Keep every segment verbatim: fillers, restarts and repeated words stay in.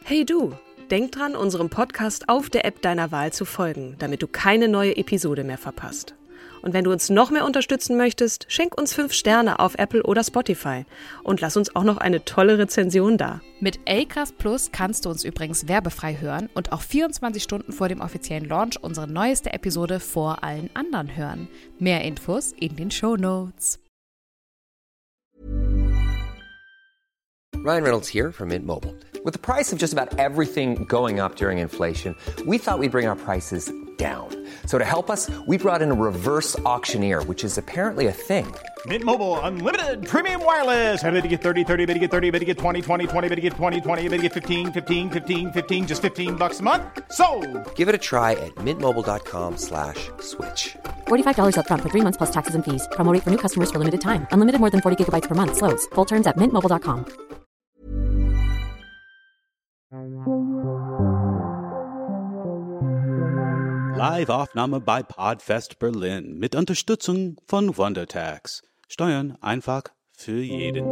Hey du, denk dran, unserem Podcast auf der App deiner Wahl zu folgen, damit du keine neue Episode mehr verpasst. Und wenn du uns noch mehr unterstützen möchtest, schenk uns fünf Sterne auf Apple oder Spotify und lass uns auch noch eine tolle Rezension da. Mit Acast Plus kannst du uns übrigens werbefrei hören und auch vierundzwanzig Stunden vor dem offiziellen Launch unsere neueste Episode vor allen anderen hören. Mehr Infos in den Shownotes. Ryan Reynolds here from Mint Mobile. With the price of just about everything going up during inflation, we thought we'd bring our prices down. So to help us, we brought in a reverse auctioneer, which is apparently a thing. Mint Mobile Unlimited Premium Wireless. How to get thirty, thirty, how to get thirty, how to get twenty, twenty, twenty, how to get twenty, twenty, how to get fifteen, fifteen, fifteen, fifteen, just fifteen bucks a month? Sold! Give it a try at mintmobile.com slash switch. forty-five dollars up front for three months plus taxes and fees. Promo rate for new customers for limited time. Unlimited more than forty gigabytes per month. Slows full terms at mint mobile dot com. Live-Aufnahme bei Podfest Berlin mit Unterstützung von WonderTax. Steuern einfach für jeden.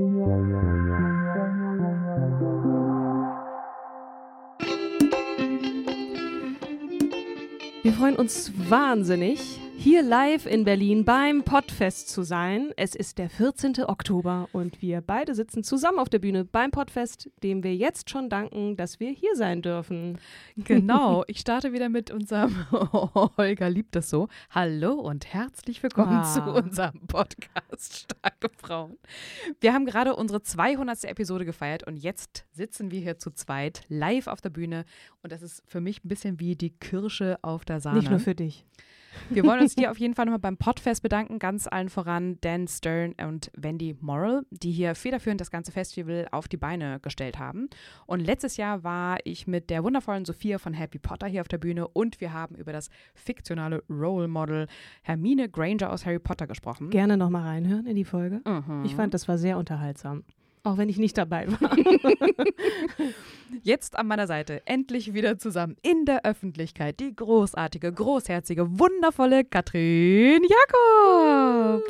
Wir freuen uns wahnsinnig, hier live in Berlin beim Podfest zu sein. Es ist der vierzehnten Oktober und wir beide sitzen zusammen auf der Bühne beim Podfest, dem wir jetzt schon danken, dass wir hier sein dürfen. Genau, ich starte wieder mit unserem Holger liebt das so. Hallo und herzlich willkommen Ah. zu unserem Podcast Starke Frauen. Wir haben gerade unsere zweihundertste Episode gefeiert und jetzt sitzen wir hier zu zweit live auf der Bühne und das ist für mich ein bisschen wie die Kirsche auf der Sahne. Nicht nur für dich. Wir wollen uns dir auf jeden Fall nochmal beim Podfest bedanken, ganz allen voran Dan Stern und Wendy Morrill, die hier federführend das ganze Festival auf die Beine gestellt haben. Und letztes Jahr war ich mit der wundervollen Sophia von Happy Potter hier auf der Bühne und wir haben über das fiktionale Role Model Hermine Granger aus Harry Potter gesprochen. Gerne nochmal reinhören in die Folge. Mhm. Ich fand, das war sehr unterhaltsam. Auch wenn ich nicht dabei war. Jetzt an meiner Seite, endlich wieder zusammen in der Öffentlichkeit, die großartige, großherzige, wundervolle Katrin Jakob.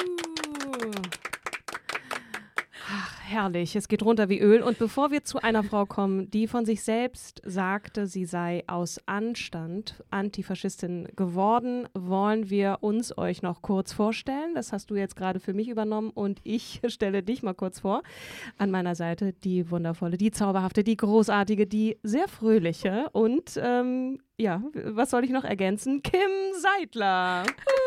Ach, herrlich. Es geht runter wie Öl. Und bevor wir zu einer Frau kommen, die von sich selbst sagte, sie sei aus Anstand Antifaschistin geworden, wollen wir uns euch noch kurz vorstellen. Das hast du jetzt gerade für mich übernommen und ich stelle dich mal kurz vor. An meiner Seite die wundervolle, die zauberhafte, die großartige, die sehr fröhliche und ähm, ja, was soll ich noch ergänzen? Kim Seidler.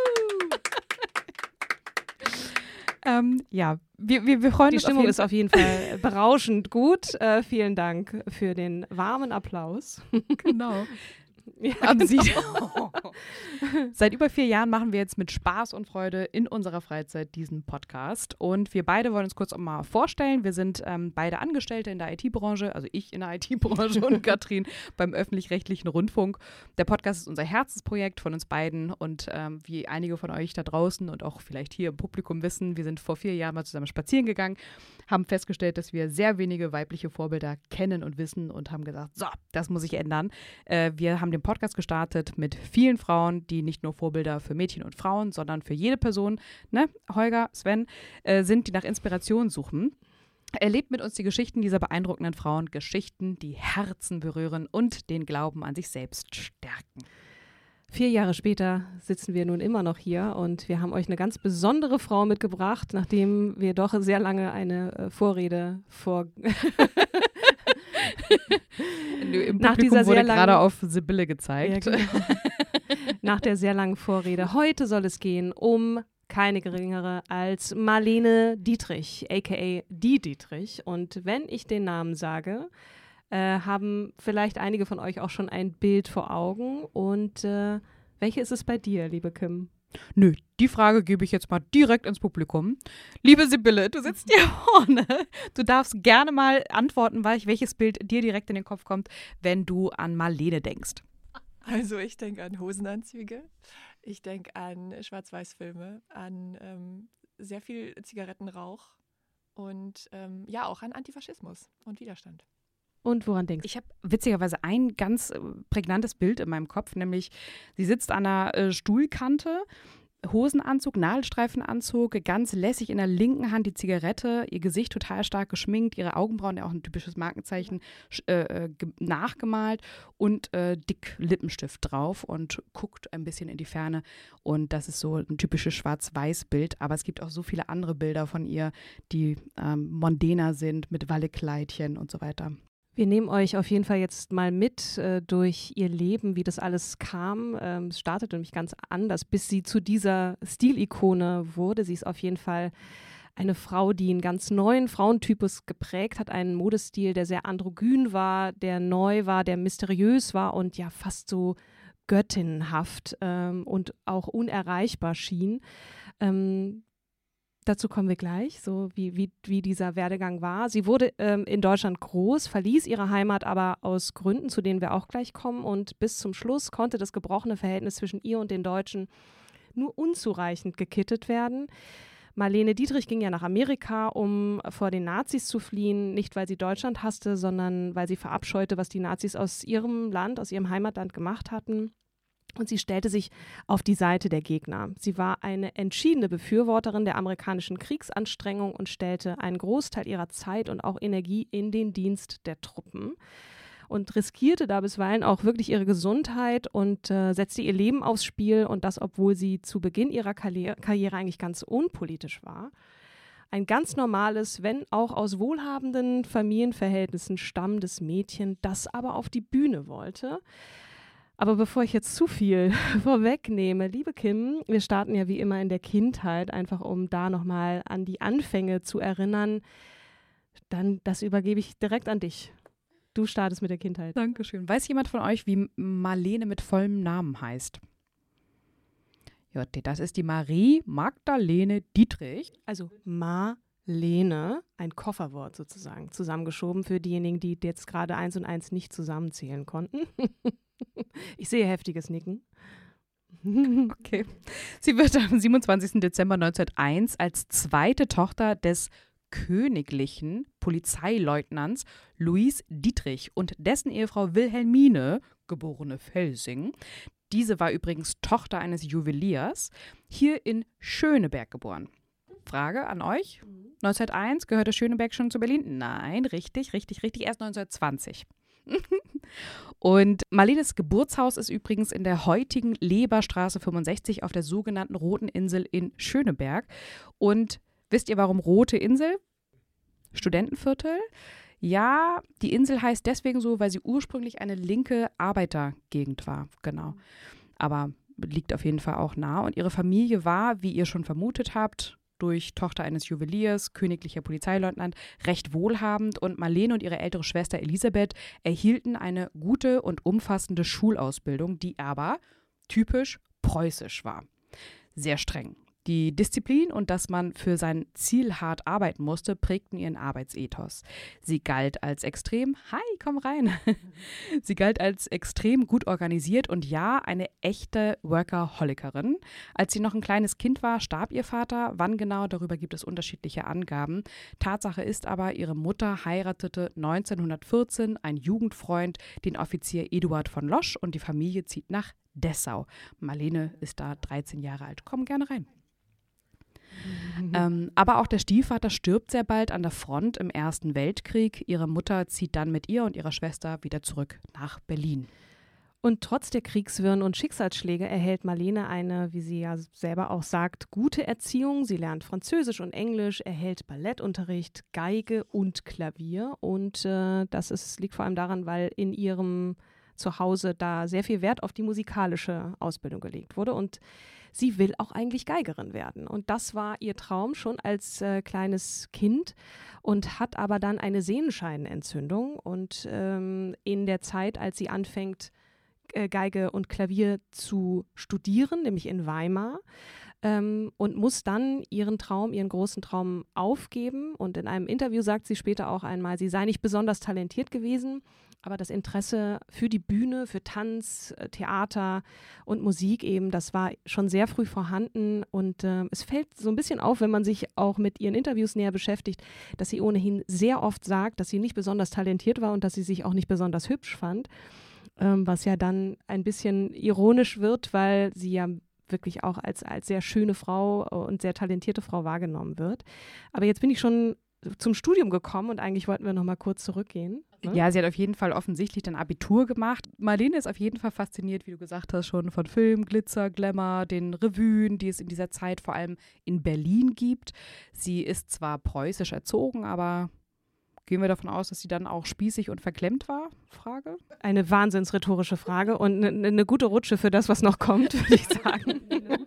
Ähm, ja, wir, wir, wir freuen Die uns Stimmung auf jeden ist auf jeden Fall berauschend gut. Äh, vielen Dank für den warmen Applaus. Genau. Ja, Am genau. Sie- Seit über vier Jahren machen wir jetzt mit Spaß und Freude in unserer Freizeit diesen Podcast. Und wir beide wollen uns kurz auch mal vorstellen. Wir sind ähm, beide Angestellte in der I T-Branche, also ich in der I T-Branche und Katrin beim öffentlich-rechtlichen Rundfunk. Der Podcast ist unser Herzensprojekt von uns beiden. Und ähm, wie einige von euch da draußen und auch vielleicht hier im Publikum wissen, wir sind vor vier Jahren mal zusammen spazieren gegangen, haben festgestellt, dass wir sehr wenige weibliche Vorbilder kennen und wissen und haben gesagt, so, das muss sich ändern. Äh, wir haben den Podcast gestartet mit vielen Frauen, die nicht nur Vorbilder für Mädchen und Frauen, sondern für jede Person, ne, Holger, Sven, äh, sind, die nach Inspiration suchen. Erlebt mit uns die Geschichten dieser beeindruckenden Frauen, Geschichten, die Herzen berühren und den Glauben an sich selbst stärken. Vier Jahre später sitzen wir nun immer noch hier und wir haben euch eine ganz besondere Frau mitgebracht, nachdem wir doch sehr lange eine äh, Vorrede vor... Im Nach Publikum dieser wurde sehr langen- gerade auf Sibylle gezeigt. Ja, genau. Nach der sehr langen Vorrede. Heute soll es gehen um keine geringere als Marlene Dietrich, aka die Dietrich. Und wenn ich den Namen sage, äh, haben vielleicht einige von euch auch schon ein Bild vor Augen. Und äh, welche ist es bei dir, liebe Kim? Nö, die Frage gebe ich jetzt mal direkt ins Publikum. Liebe Sibylle, du sitzt hier vorne. Du darfst gerne mal antworten, welches Bild dir direkt in den Kopf kommt, wenn du an Marlene denkst. Also ich denke an Hosenanzüge, ich denke an Schwarz-Weiß-Filme, an ähm, sehr viel Zigarettenrauch und ähm, ja auch an Antifaschismus und Widerstand. Und woran denkst du? Ich habe witzigerweise ein ganz äh, prägnantes Bild in meinem Kopf, nämlich sie sitzt an einer äh, Stuhlkante, Hosenanzug, Nadelstreifenanzug, ganz lässig in der linken Hand die Zigarette, ihr Gesicht total stark geschminkt, ihre Augenbrauen, ja auch ein typisches Markenzeichen, äh, nachgemalt und äh, dick Lippenstift drauf und guckt ein bisschen in die Ferne. Und das ist so ein typisches Schwarz-Weiß-Bild. Aber es gibt auch so viele andere Bilder von ihr, die ähm, mondäner sind, mit Wallekleidchen und so weiter. Wir nehmen euch auf jeden Fall jetzt mal mit äh, durch ihr Leben, wie das alles kam. Ähm, es startete nämlich ganz anders, bis sie zu dieser Stilikone wurde. Sie ist auf jeden Fall eine Frau, die einen ganz neuen Frauentypus geprägt hat, einen Modestil, der sehr androgyn war, der neu war, der mysteriös war und ja fast so göttinnenhaft ähm, und auch unerreichbar schien. Ähm, Dazu kommen wir gleich, so wie, wie, wie dieser Werdegang war. Sie wurde ähm, in Deutschland groß, verließ ihre Heimat aber aus Gründen, zu denen wir auch gleich kommen. Und bis zum Schluss konnte das gebrochene Verhältnis zwischen ihr und den Deutschen nur unzureichend gekittet werden. Marlene Dietrich ging ja nach Amerika, um vor den Nazis zu fliehen. Nicht, weil sie Deutschland hasste, sondern weil sie verabscheute, was die Nazis aus ihrem Land, aus ihrem Heimatland gemacht hatten. Und sie stellte sich auf die Seite der Gegner. Sie war eine entschiedene Befürworterin der amerikanischen Kriegsanstrengung und stellte einen Großteil ihrer Zeit und auch Energie in den Dienst der Truppen und riskierte da bisweilen auch wirklich ihre Gesundheit und äh, setzte ihr Leben aufs Spiel. Und das, obwohl sie zu Beginn ihrer Karriere, Karriere eigentlich ganz unpolitisch war. Ein ganz normales, wenn auch aus wohlhabenden Familienverhältnissen stammendes Mädchen, das aber auf die Bühne wollte. Aber bevor ich jetzt zu viel vorwegnehme, liebe Kim, wir starten ja wie immer in der Kindheit, einfach um da nochmal an die Anfänge zu erinnern. Dann, das übergebe ich direkt an dich. Du startest mit der Kindheit. Dankeschön. Weiß jemand von euch, wie Marlene mit vollem Namen heißt? Ja, das ist die Marie Magdalene Dietrich. Also Marlene, ein Kofferwort sozusagen, zusammengeschoben für diejenigen, die jetzt gerade eins und eins nicht zusammenzählen konnten. Ich sehe heftiges Nicken. Okay. Sie wird am siebenundzwanzigsten Dezember neunzehnhunderteins als zweite Tochter des königlichen Polizeileutnants Louis Dietrich und dessen Ehefrau Wilhelmine, geborene Felsing, diese war übrigens Tochter eines Juweliers, hier in Schöneberg geboren. Frage an euch. neunzehnhunderteins, gehörte Schöneberg schon zu Berlin? Nein, richtig, richtig, richtig, erst neunzehnhundertzwanzig. Und Marlenes Geburtshaus ist übrigens in der heutigen Leberstraße fünfundsechzig auf der sogenannten Roten Insel in Schöneberg. Und wisst ihr, warum Rote Insel? Studentenviertel? Ja, die Insel heißt deswegen so, weil sie ursprünglich eine linke Arbeitergegend war. Genau. Aber liegt auf jeden Fall auch nah. Und ihre Familie war, wie ihr schon vermutet habt, durch Tochter eines Juweliers, königlicher Polizeileutnant, recht wohlhabend und Marlene und ihre ältere Schwester Elisabeth erhielten eine gute und umfassende Schulausbildung, die aber typisch preußisch war. Sehr streng. Die Disziplin und dass man für sein Ziel hart arbeiten musste, prägten ihren Arbeitsethos. Sie galt als extrem, hi, komm rein, sie galt als extrem gut organisiert und ja, eine echte Workaholikerin. Als sie noch ein kleines Kind war, starb ihr Vater. Wann genau, darüber gibt es unterschiedliche Angaben. Tatsache ist aber, ihre Mutter heiratete neunzehnhundertvierzehn einen Jugendfreund, den Offizier Eduard von Losch, und die Familie zieht nach Dessau. Marlene ist da dreizehn Jahre alt. Komm gerne rein. Mhm. Ähm, aber auch der Stiefvater stirbt sehr bald an der Front im Ersten Weltkrieg. Ihre Mutter zieht dann mit ihr und ihrer Schwester wieder zurück nach Berlin. Und trotz der Kriegswirren und Schicksalsschläge erhält Marlene eine, wie sie ja selber auch sagt, gute Erziehung. Sie lernt Französisch und Englisch, erhält Ballettunterricht, Geige und Klavier. Und äh, das ist, liegt vor allem daran, weil in ihrem Zuhause da sehr viel Wert auf die musikalische Ausbildung gelegt wurde. Und sie will auch eigentlich Geigerin werden. Und das war ihr Traum schon als äh, kleines Kind und hat aber dann eine Sehenscheidenentzündung. Und ähm, in der Zeit, als sie anfängt, äh, Geige und Klavier zu studieren, nämlich in Weimar, ähm, und muss dann ihren Traum, ihren großen Traum aufgeben. Und in einem Interview sagt sie später auch einmal, sie sei nicht besonders talentiert gewesen, aber das Interesse für die Bühne, für Tanz, Theater und Musik eben, das war schon sehr früh vorhanden. Und äh, es fällt so ein bisschen auf, wenn man sich auch mit ihren Interviews näher beschäftigt, dass sie ohnehin sehr oft sagt, dass sie nicht besonders talentiert war und dass sie sich auch nicht besonders hübsch fand. Ähm, was ja dann ein bisschen ironisch wird, weil sie ja wirklich auch als, als sehr schöne Frau und sehr talentierte Frau wahrgenommen wird. Aber jetzt bin ich schon zum Studium gekommen und eigentlich wollten wir noch mal kurz zurückgehen. Ne? Ja, sie hat auf jeden Fall offensichtlich dann Abitur gemacht. Marlene ist auf jeden Fall fasziniert, wie du gesagt hast, schon von Film, Glitzer, Glamour, den Revuen, die es in dieser Zeit vor allem in Berlin gibt. Sie ist zwar preußisch erzogen, aber gehen wir davon aus, dass sie dann auch spießig und verklemmt war? Frage. Eine wahnsinnsrhetorische Frage und eine ne gute Rutsche für das, was noch kommt, würde ich sagen.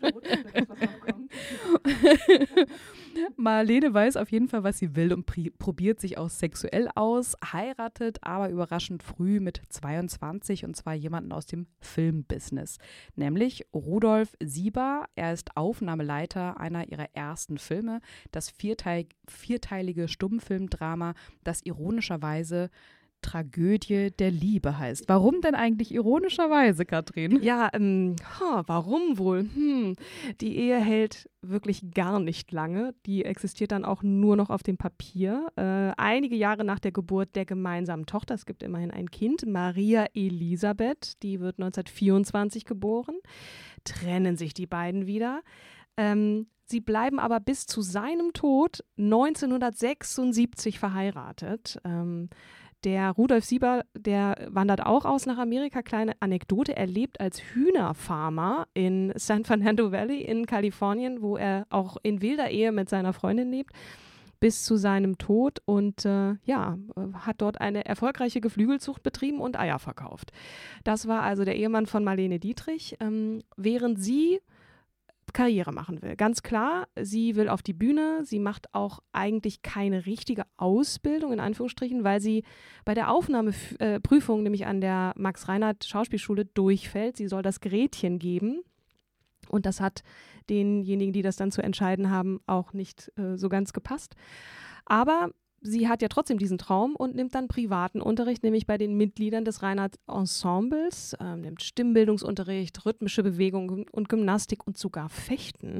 Marlene weiß auf jeden Fall, was sie will und probiert sich auch sexuell aus, heiratet aber überraschend früh mit zweiundzwanzig und zwar jemanden aus dem Filmbusiness, nämlich Rudolf Sieber. Er ist Aufnahmeleiter einer ihrer ersten Filme, das vierteil- vierteilige Stummfilmdrama, das ironischerweise Tragödie der Liebe heißt. Warum denn eigentlich ironischerweise, Katrin? Ja, ähm, ha, warum wohl? Hm, die Ehe hält wirklich gar nicht lange. Die existiert dann auch nur noch auf dem Papier. Äh, einige Jahre nach der Geburt der gemeinsamen Tochter, es gibt immerhin ein Kind, Maria Elisabeth, die wird neunzehnhundertvierundzwanzig geboren, trennen sich die beiden wieder. Ähm, sie bleiben aber bis zu seinem Tod neunzehnhundertsechsundsiebzig verheiratet. Ähm, Der Rudolf Sieber, der wandert auch aus nach Amerika. Kleine Anekdote, er lebt als Hühnerfarmer in San Fernando Valley in Kalifornien, wo er auch in wilder Ehe mit seiner Freundin lebt, bis zu seinem Tod und äh, ja, hat dort eine erfolgreiche Geflügelzucht betrieben und Eier verkauft. Das war also der Ehemann von Marlene Dietrich, ähm, während sie Karriere machen will. Ganz klar, sie will auf die Bühne, sie macht auch eigentlich keine richtige Ausbildung, in Anführungsstrichen, weil sie bei der Aufnahmeprüfung, äh, nämlich an der Max-Reinhardt-Schauspielschule, durchfällt. Sie soll das Gretchen geben und das hat denjenigen, die das dann zu entscheiden haben, auch nicht äh, so ganz gepasst. Aber sie hat ja trotzdem diesen Traum und nimmt dann privaten Unterricht, nämlich bei den Mitgliedern des Reinhardt-Ensembles, äh, nimmt Stimmbildungsunterricht, rhythmische Bewegung und Gymnastik und sogar Fechten.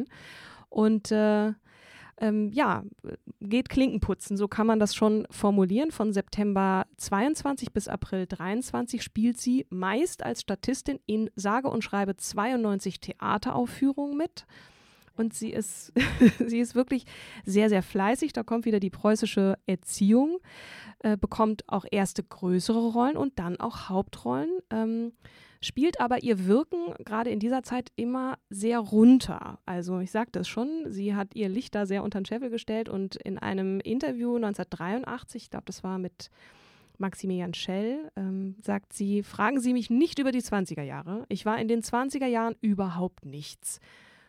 Und äh, ähm, ja, geht Klinkenputzen, so kann man das schon formulieren. Von September zweiundzwanzig bis April dreiundzwanzig spielt sie meist als Statistin in sage und schreibe zweiundneunzig Theateraufführungen mit. Und sie ist, sie ist wirklich sehr, sehr fleißig. Da kommt wieder die preußische Erziehung, äh, bekommt auch erste größere Rollen und dann auch Hauptrollen, ähm, spielt aber ihr Wirken gerade in dieser Zeit immer sehr runter. Also ich sagte es schon, sie hat ihr Licht da sehr unter den Scheffel gestellt und in einem Interview neunzehnhundertdreiundachtzig, ich glaube, das war mit Maximilian Schell, ähm, sagt sie, fragen Sie mich nicht über die zwanziger Jahre. Ich war in den zwanziger Jahren überhaupt nichts.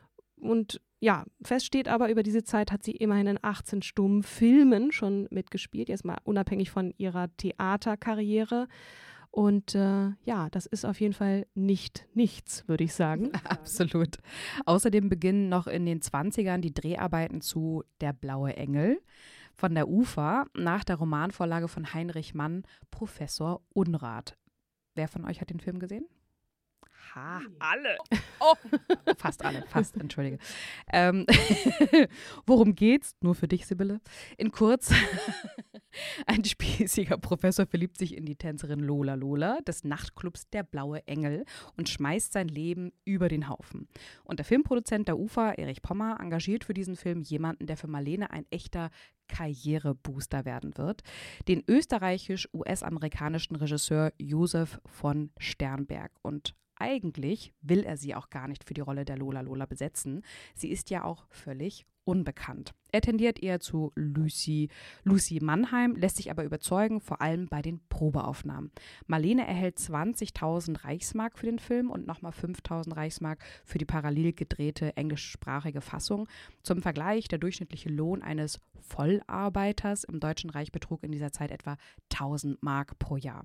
Und ja, fest steht aber, über diese Zeit hat sie immerhin in achtzehn Stummfilmen schon mitgespielt, jetzt mal unabhängig von ihrer Theaterkarriere. Und äh, ja, das ist auf jeden Fall nicht nichts, würde ich sagen. Absolut. Außerdem beginnen noch in den zwanzigern die Dreharbeiten zu Der blaue Engel von der UFA nach der Romanvorlage von Heinrich Mann, Professor Unrat. Wer von euch hat den Film gesehen? Ha, alle. Oh, fast alle, fast, entschuldige. Ähm, worum geht's? Nur für dich, Sibylle. In kurz, ein spießiger Professor verliebt sich in die Tänzerin Lola Lola des Nachtclubs Der blaue Engel und schmeißt sein Leben über den Haufen. Und der Filmproduzent der UFA, Erich Pommer, engagiert für diesen Film jemanden, der für Marlene ein echter Karrierebooster werden wird, den österreichisch-U S-amerikanischen Regisseur Josef von Sternberg. Und eigentlich will er sie auch gar nicht für die Rolle der Lola Lola besetzen. Sie ist ja auch völlig unbekannt. Er tendiert eher zu Lucy, Lucy Mannheim, lässt sich aber überzeugen, vor allem bei den Probeaufnahmen. Marlene erhält zwanzigtausend Reichsmark für den Film und nochmal fünftausend Reichsmark für die parallel gedrehte englischsprachige Fassung. Zum Vergleich, der durchschnittliche Lohn eines Vollarbeiters im Deutschen Reich betrug in dieser Zeit etwa tausend Mark pro Jahr.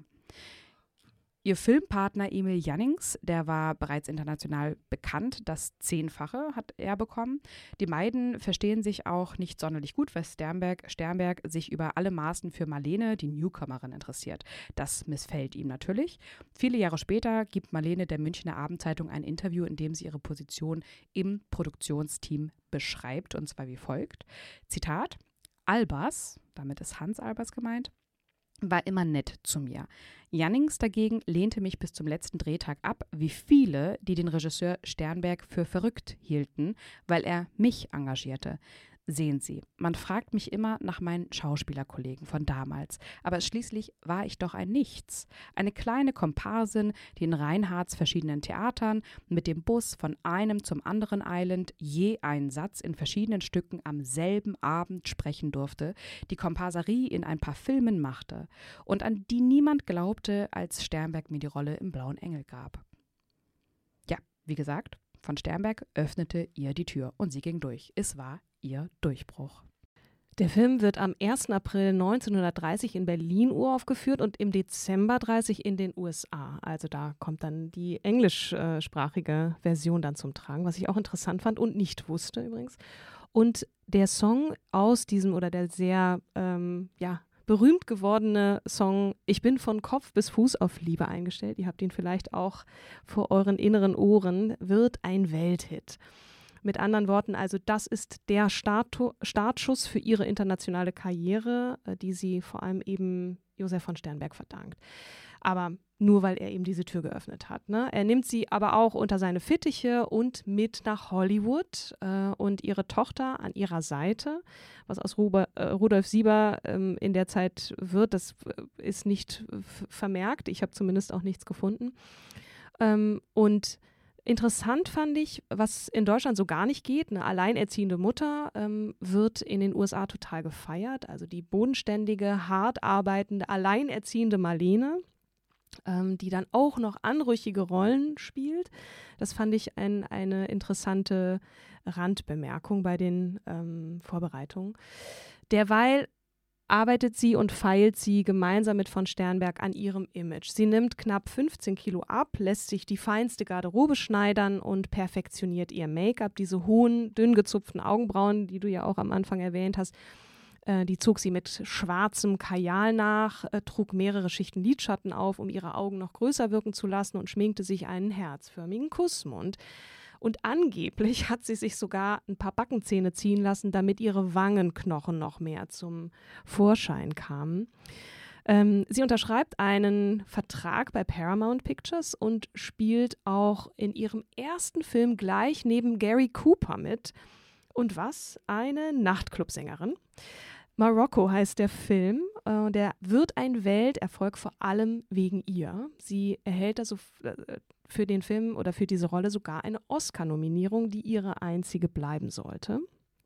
Ihr Filmpartner Emil Jannings, der war bereits international bekannt, das Zehnfache hat er bekommen. Die beiden verstehen sich auch nicht sonderlich gut, weil Sternberg, Sternberg sich über alle Maßen für Marlene, die Newcomerin, interessiert. Das missfällt ihm natürlich. Viele Jahre später gibt Marlene der Münchner Abendzeitung ein Interview, in dem sie ihre Position im Produktionsteam beschreibt, und zwar wie folgt. Zitat: Albers, damit ist Hans Albers gemeint, war immer nett zu mir. Jannings dagegen lehnte mich bis zum letzten Drehtag ab, wie viele, die den Regisseur Sternberg für verrückt hielten, weil er mich engagierte. Sehen Sie, man fragt mich immer nach meinen Schauspielerkollegen von damals, aber schließlich war ich doch ein Nichts. Eine kleine Komparsin, die in Reinhardts verschiedenen Theatern mit dem Bus von einem zum anderen eilend je einen Satz in verschiedenen Stücken am selben Abend sprechen durfte, die Komparserie in ein paar Filmen machte und an die niemand glaubte, als Sternberg mir die Rolle im Blauen Engel gab. Ja, wie gesagt, von Sternberg öffnete ihr die Tür und sie ging durch. Es war ihr Durchbruch. Der Film wird am ersten April neunzehnhundertdreißig in Berlin uraufgeführt und im Dezember dreißig in den U S A. Also da kommt dann die englischsprachige Version dann zum Tragen, was ich auch interessant fand und nicht wusste übrigens. Und der Song aus diesem oder der sehr ähm, ja, berühmt gewordene Song Ich bin von Kopf bis Fuß auf Liebe eingestellt, ihr habt ihn vielleicht auch vor euren inneren Ohren, wird ein Welthit. Mit anderen Worten, also das ist der Startu- Startschuss für ihre internationale Karriere, die sie vor allem eben Josef von Sternberg verdankt. Aber nur, weil er eben diese Tür geöffnet hat. Ne? Er nimmt sie aber auch unter seine Fittiche und mit nach Hollywood äh, und ihre Tochter an ihrer Seite. Was aus Ruber, äh, Rudolf Sieber ähm, in der Zeit wird, das ist nicht f- vermerkt. Ich habe zumindest auch nichts gefunden. Ähm, und interessant fand ich, was in Deutschland so gar nicht geht, eine alleinerziehende Mutter ähm, wird in den U S A total gefeiert. Also die bodenständige, hart arbeitende, alleinerziehende Marlene, ähm, die dann auch noch anrüchige Rollen spielt. Das fand ich ein, eine interessante Randbemerkung bei den ähm, Vorbereitungen. Derweil arbeitet sie und feilt sie gemeinsam mit von Sternberg an ihrem Image. Sie nimmt knapp fünfzehn Kilo ab, lässt sich die feinste Garderobe schneidern und perfektioniert ihr Make-up. Diese hohen, dünn gezupften Augenbrauen, die du ja auch am Anfang erwähnt hast, äh, die zog sie mit schwarzem Kajal nach, äh, trug mehrere Schichten Lidschatten auf, um ihre Augen noch größer wirken zu lassen und schminkte sich einen herzförmigen Kussmund. Und angeblich hat sie sich sogar ein paar Backenzähne ziehen lassen, damit ihre Wangenknochen noch mehr zum Vorschein kamen. Ähm, sie unterschreibt einen Vertrag bei Paramount Pictures und spielt auch in ihrem ersten Film gleich neben Gary Cooper mit. Und was? Eine Nachtclubsängerin. Marokko heißt der Film. Äh, der wird ein Welterfolg, vor allem wegen ihr. Sie erhält also äh, für den Film oder für diese Rolle sogar eine Oscar-Nominierung, die ihre einzige bleiben sollte.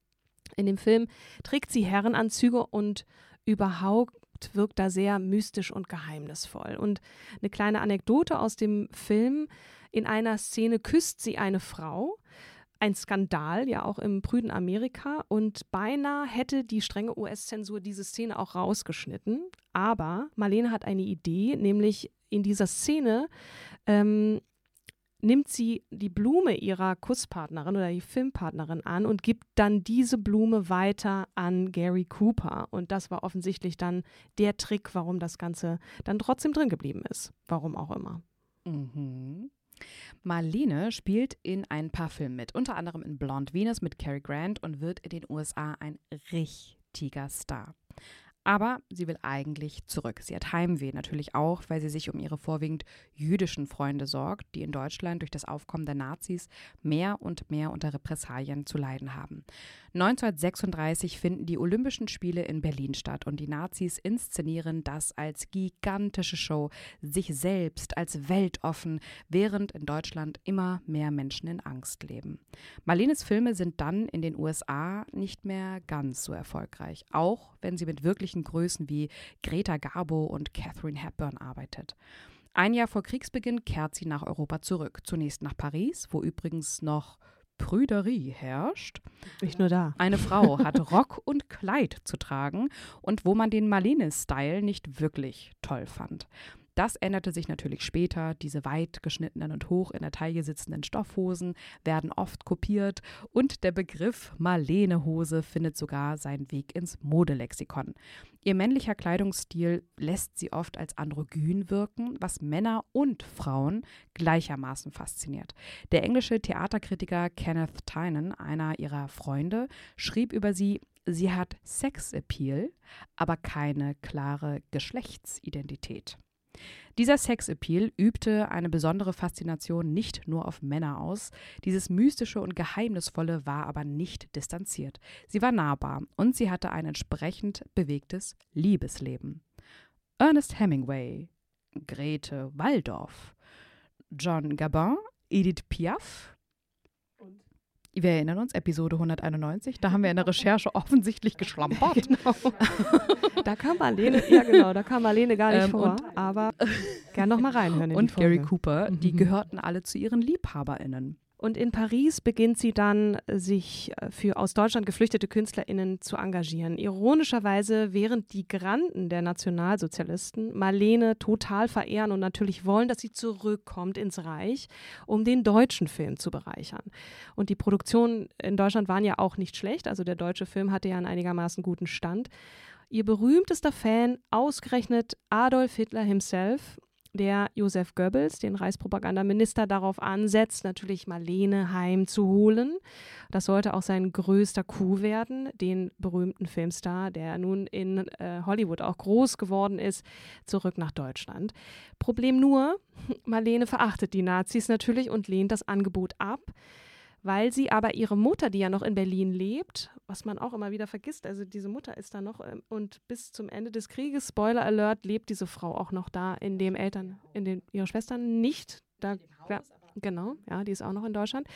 In dem Film trägt sie Herrenanzüge und überhaupt wirkt da sehr mystisch und geheimnisvoll. Und eine kleine Anekdote aus dem Film: In einer Szene küsst sie eine Frau. Ein Skandal, ja auch im prüden Amerika, und beinahe hätte die strenge U S-Zensur diese Szene auch rausgeschnitten. Aber Marlene hat eine Idee, nämlich in dieser Szene ähm, nimmt sie die Blume ihrer Kusspartnerin oder die Filmpartnerin an und gibt dann diese Blume weiter an Gary Cooper. Und das war offensichtlich dann der Trick, warum das Ganze dann trotzdem drin geblieben ist. Warum auch immer. Mhm. Marlene spielt in ein paar Filmen mit, unter anderem in Blonde Venus mit Cary Grant und wird in den U S A ein richtiger Star. Aber sie will eigentlich zurück. Sie hat Heimweh natürlich auch, weil sie sich um ihre vorwiegend jüdischen Freunde sorgt, die in Deutschland durch das Aufkommen der Nazis mehr und mehr unter Repressalien zu leiden haben. neunzehnhundertsechsunddreißig finden die Olympischen Spiele in Berlin statt und die Nazis inszenieren das als gigantische Show, sich selbst als weltoffen, während in Deutschland immer mehr Menschen in Angst leben. Marlenes Filme sind dann in den U S A nicht mehr ganz so erfolgreich, auch wenn sie mit wirklichen Größen wie Greta Garbo und Katharine Hepburn arbeitet. Ein Jahr vor Kriegsbeginn kehrt sie nach Europa zurück, zunächst nach Paris, wo übrigens noch Prüderie herrscht. Nicht nur da. Eine Frau hat Rock und Kleid zu tragen und wo man den Marlene-Style nicht wirklich toll fand. Das änderte sich natürlich später. Diese weit geschnittenen und hoch in der Taille sitzenden Stoffhosen werden oft kopiert und der Begriff Marlene-Hose findet sogar seinen Weg ins Modelexikon. Ihr männlicher Kleidungsstil lässt sie oft als androgyn wirken, was Männer und Frauen gleichermaßen fasziniert. Der englische Theaterkritiker Kenneth Tynan, einer ihrer Freunde, schrieb über sie: sie hat Sexappeal, aber keine klare Geschlechtsidentität. Dieser Sexappeal übte eine besondere Faszination nicht nur auf Männer aus. Dieses Mystische und Geheimnisvolle war aber nicht distanziert. Sie war nahbar und sie hatte ein entsprechend bewegtes Liebesleben. Ernest Hemingway, Grete Waldorf, John Gabin, Edith Piaf. Wir erinnern uns, Episode hunderteinundneunzig, da haben wir in der Recherche offensichtlich geschlampert. Genau. Da kam Marlene, ja genau, da kam Marlene gar nicht Ähm, vor, und- aber gern noch mal reinhören in Und die Folge. Gary Cooper, die Mhm. gehörten alle zu ihren LiebhaberInnen. Und in Paris beginnt sie dann, sich für aus Deutschland geflüchtete KünstlerInnen zu engagieren. Ironischerweise, während die Granden der Nationalsozialisten Marlene total verehren und natürlich wollen, dass sie zurückkommt ins Reich, um den deutschen Film zu bereichern. Und die Produktionen in Deutschland waren ja auch nicht schlecht, also der deutsche Film hatte ja einen einigermaßen guten Stand. Ihr berühmtester Fan, ausgerechnet Adolf Hitler himself, der Joseph Goebbels, den Reichspropagandaminister, darauf ansetzt, natürlich Marlene heimzuholen. Das sollte auch sein größter Coup werden, den berühmten Filmstar, der nun in äh, Hollywood auch groß geworden ist, zurück nach Deutschland. Problem nur, Marlene verachtet die Nazis natürlich und lehnt das Angebot ab. Weil sie aber ihre Mutter, die ja noch in Berlin lebt, was man auch immer wieder vergisst, also diese Mutter ist da noch ähm, und bis zum Ende des Krieges, Spoiler Alert, lebt diese Frau auch noch da, in dem Eltern, in dem ihre Schwestern nicht, da, ja, genau, ja, die ist auch noch in Deutschland.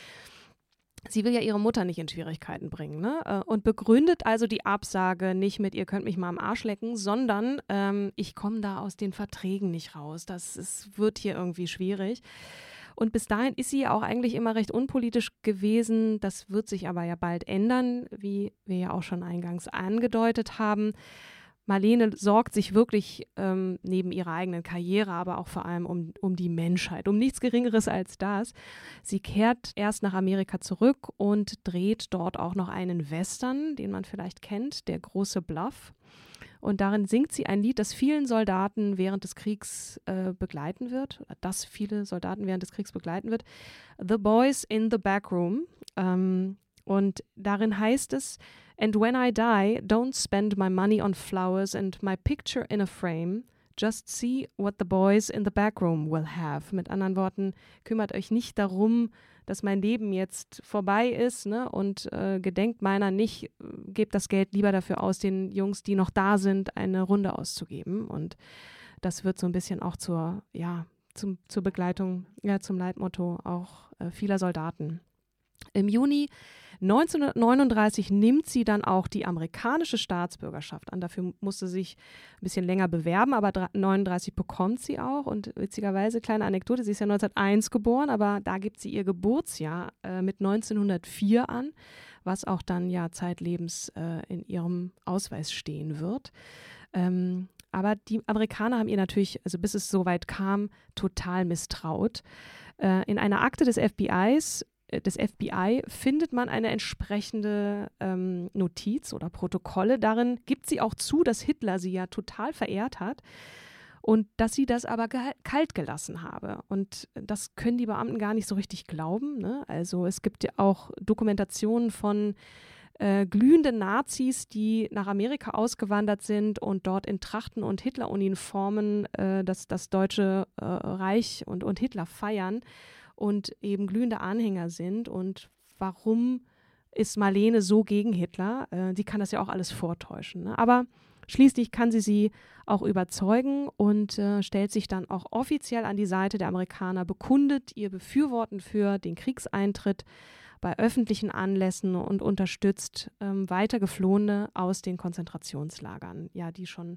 Sie will ja ihre Mutter nicht in Schwierigkeiten bringen, ne? Äh, Und begründet also die Absage nicht mit, ihr könnt mich mal am Arsch lecken, sondern ähm, ich komme da aus den Verträgen nicht raus. Das ist, wird hier irgendwie schwierig. Und bis dahin ist sie ja auch eigentlich immer recht unpolitisch gewesen. Das wird sich aber ja bald ändern, wie wir ja auch schon eingangs angedeutet haben. Marlene sorgt sich wirklich ähm, neben ihrer eigenen Karriere, aber auch vor allem um, um die Menschheit, um nichts Geringeres als das. Sie kehrt erst nach Amerika zurück und dreht dort auch noch einen Western, den man vielleicht kennt, Der große Bluff. Und darin singt sie ein Lied, das vielen Soldaten während des Kriegs äh, begleiten wird, oder das viele Soldaten während des Kriegs begleiten wird. The Boys in the Backroom. Ähm, und darin heißt es, And when I die, don't spend my money on flowers and my picture in a frame. Just see what the boys in the backroom will have. Mit anderen Worten, kümmert euch nicht darum, dass mein Leben jetzt vorbei ist, ne? Und äh, gedenkt meiner nicht, äh, gebt das Geld lieber dafür aus, den Jungs, die noch da sind, eine Runde auszugeben. Und das wird so ein bisschen auch zur, ja, zum, zur Begleitung, ja, zum Leitmotto auch äh, vieler Soldaten. Im Juni neunzehnhundertneununddreißig nimmt sie dann auch die amerikanische Staatsbürgerschaft an. Dafür musste sie sich ein bisschen länger bewerben, aber neununddreißig bekommt sie auch. Und witzigerweise, kleine Anekdote, sie ist ja neunzehnhunderteins geboren, aber da gibt sie ihr Geburtsjahr äh, mit neunzehnhundertvier an, was auch dann ja zeitlebens äh, in ihrem Ausweis stehen wird. Ähm, aber die Amerikaner haben ihr natürlich, also bis es so weit kam, total misstraut. Äh, in einer Akte des F B Is des F B I findet man eine entsprechende ähm, Notiz oder Protokolle. Darin gibt sie auch zu, dass Hitler sie ja total verehrt hat und dass sie das aber ge- kalt gelassen habe. Und das können die Beamten gar nicht so richtig glauben, ne? Also es gibt ja auch Dokumentationen von äh, glühenden Nazis, die nach Amerika ausgewandert sind und dort in Trachten und Hitleruniformen äh, das, das Deutsche äh, Reich und, und Hitler feiern und eben glühende Anhänger sind. Und warum ist Marlene so gegen Hitler? Äh, die kann das ja auch alles vortäuschen, ne? Aber schließlich kann sie sie auch überzeugen und äh, stellt sich dann auch offiziell an die Seite der Amerikaner, bekundet ihr Befürworten für den Kriegseintritt bei öffentlichen Anlässen und unterstützt ähm, weiter Geflohene aus den Konzentrationslagern, ja, die schon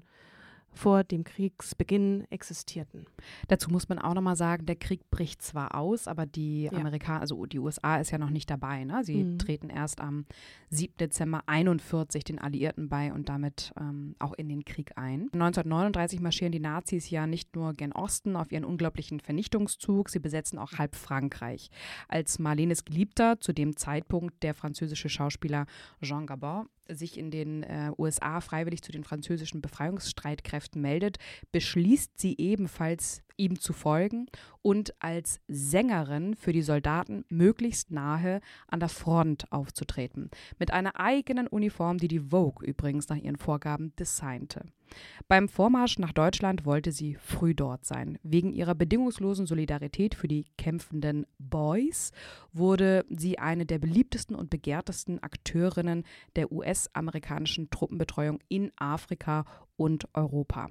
vor dem Kriegsbeginn existierten. Dazu muss man auch nochmal sagen, der Krieg bricht zwar aus, aber die Ja. Amerikaner, also die U S A ist ja noch nicht dabei. Ne? Sie Mhm. treten erst am siebten Dezember einundvierzig den Alliierten bei und damit ähm, auch in den Krieg ein. neunzehnhundertneununddreißig marschieren die Nazis ja nicht nur gen Osten auf ihren unglaublichen Vernichtungszug, sie besetzen auch halb Frankreich. Als Marlenes Geliebter, zu dem Zeitpunkt der französische Schauspieler Jean Gabin, sich in den äh, U S A freiwillig zu den französischen Befreiungsstreitkräften meldet, beschließt sie ebenfalls ihm zu folgen und als Sängerin für die Soldaten möglichst nahe an der Front aufzutreten. Mit einer eigenen Uniform, die die Vogue übrigens nach ihren Vorgaben designte. Beim Vormarsch nach Deutschland wollte sie früh dort sein. Wegen ihrer bedingungslosen Solidarität für die kämpfenden Boys wurde sie eine der beliebtesten und begehrtesten Akteurinnen der U S-amerikanischen Truppenbetreuung in Afrika und Europa.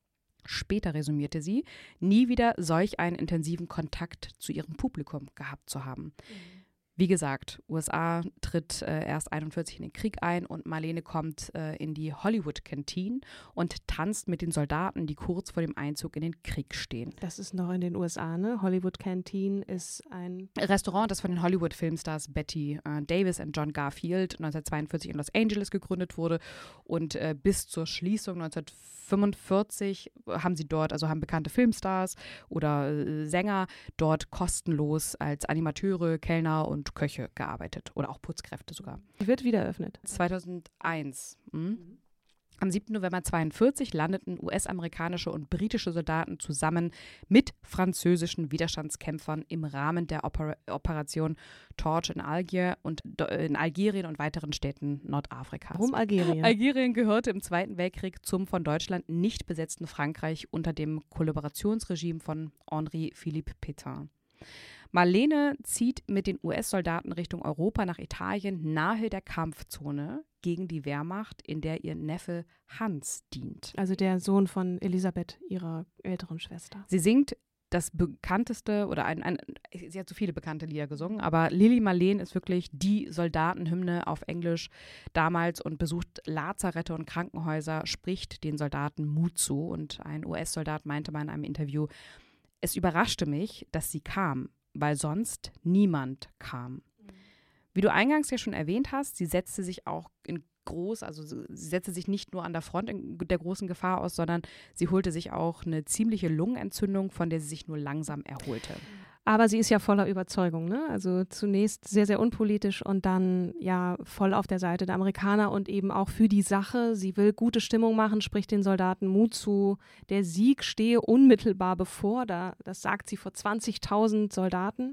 Später resümierte sie, nie wieder solch einen intensiven Kontakt zu ihrem Publikum gehabt zu haben. Mhm. Wie gesagt, U S A tritt äh, erst einundvierzig in den Krieg ein und Marlene kommt äh, in die Hollywood Canteen und tanzt mit den Soldaten, die kurz vor dem Einzug in den Krieg stehen. Das ist noch in den U S A, ne? Hollywood Canteen ist ein Restaurant, das von den Hollywood-Filmstars Betty äh, Davis und John Garfield neunzehnhundertzweiundvierzig in Los Angeles gegründet wurde und äh, bis zur Schließung neunzehnhundertfünfundvierzig haben sie dort, also haben bekannte Filmstars oder äh, Sänger dort kostenlos als Animateure, Kellner und Köche gearbeitet oder auch Putzkräfte sogar. Wird wieder eröffnet. zweitausendeins. Mhm. Am siebten November zweiundvierzig landeten U S-amerikanische und britische Soldaten zusammen mit französischen Widerstandskämpfern im Rahmen der Oper- Operation Torch in Algier und in Algerien und weiteren Städten Nordafrikas. Warum Algerien? Algerien gehörte im Zweiten Weltkrieg zum von Deutschland nicht besetzten Frankreich unter dem Kollaborationsregime von Henri-Philippe Pétain. Marlene zieht mit den U S-Soldaten Richtung Europa nach Italien nahe der Kampfzone gegen die Wehrmacht, in der ihr Neffe Hans dient. Also der Sohn von Elisabeth, ihrer älteren Schwester. Sie singt das bekannteste, oder ein, ein, sie hat so viele bekannte Lieder gesungen, aber Lili Marleen ist wirklich die Soldatenhymne auf Englisch damals und besucht Lazarette und Krankenhäuser, spricht den Soldaten Mut zu. Und ein U S-Soldat meinte mal in einem Interview, es überraschte mich, dass sie kam, weil sonst niemand kam. Wie du eingangs ja schon erwähnt hast, sie setzte sich auch in groß, also sie setzte sich nicht nur an der Front in der großen Gefahr aus, sondern sie holte sich auch eine ziemliche Lungenentzündung, von der sie sich nur langsam erholte. Aber sie ist ja voller Überzeugung, ne? Also zunächst sehr, sehr unpolitisch und dann ja voll auf der Seite der Amerikaner und eben auch für die Sache. Sie will gute Stimmung machen, spricht den Soldaten Mut zu. Der Sieg stehe unmittelbar bevor, da, das sagt sie vor zwanzigtausend Soldaten.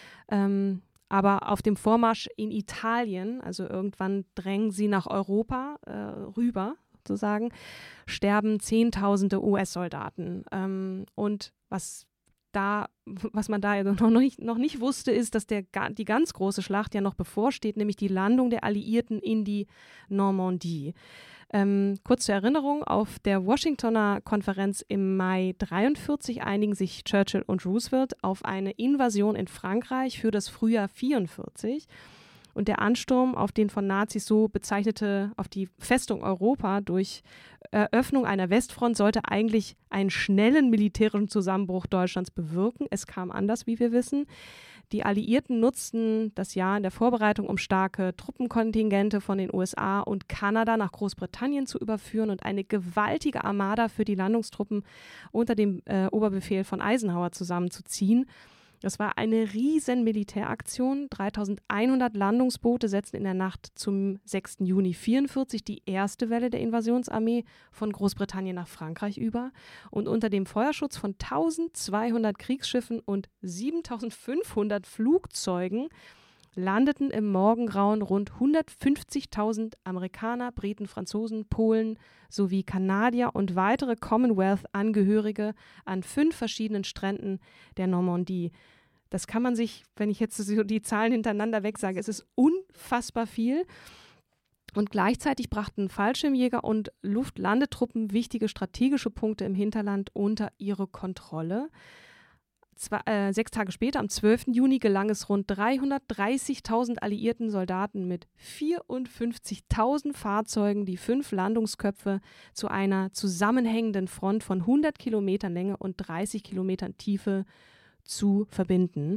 Ähm, aber auf dem Vormarsch in Italien, also irgendwann drängen sie nach Europa äh, rüber, sozusagen, sterben Zehntausende U S-Soldaten. Ähm, und was Da, was man da noch nicht, noch nicht wusste, ist, dass der, die ganz große Schlacht ja noch bevorsteht, nämlich die Landung der Alliierten in die Normandie. Ähm, kurz zur Erinnerung, auf der Washingtoner Konferenz im Mai dreiundvierzig einigen sich Churchill und Roosevelt auf eine Invasion in Frankreich für das Frühjahr vierundvierzig. Und der Ansturm auf den von Nazis so bezeichnete, auf die Festung Europa durch Eröffnung einer Westfront sollte eigentlich einen schnellen militärischen Zusammenbruch Deutschlands bewirken. Es kam anders, wie wir wissen. Die Alliierten nutzten das Jahr in der Vorbereitung, um starke Truppenkontingente von den U S A und Kanada nach Großbritannien zu überführen und eine gewaltige Armada für die Landungstruppen unter dem äh, Oberbefehl von Eisenhower zusammenzuziehen. Das war eine riesen Militäraktion. dreitausendeinhundert Landungsboote setzten in der Nacht zum sechsten Juni vierundvierzig die erste Welle der Invasionsarmee von Großbritannien nach Frankreich über. Und unter dem Feuerschutz von eintausendzweihundert Kriegsschiffen und siebentausendfünfhundert Flugzeugen landeten im Morgengrauen rund hundertfünfzigtausend Amerikaner, Briten, Franzosen, Polen sowie Kanadier und weitere Commonwealth-Angehörige an fünf verschiedenen Stränden der Normandie. Das kann man sich, wenn ich jetzt so die Zahlen hintereinander weg sage, es ist unfassbar viel. Und gleichzeitig brachten Fallschirmjäger und Luftlandetruppen wichtige strategische Punkte im Hinterland unter ihre Kontrolle. Zwei, äh, sechs Tage später, am zwölften Juni, gelang es rund dreihundertdreißigtausend alliierten Soldaten mit vierundfünfzigtausend Fahrzeugen, die fünf Landungsköpfe zu einer zusammenhängenden Front von hundert Kilometern Länge und dreißig Kilometern Tiefe zu verbinden.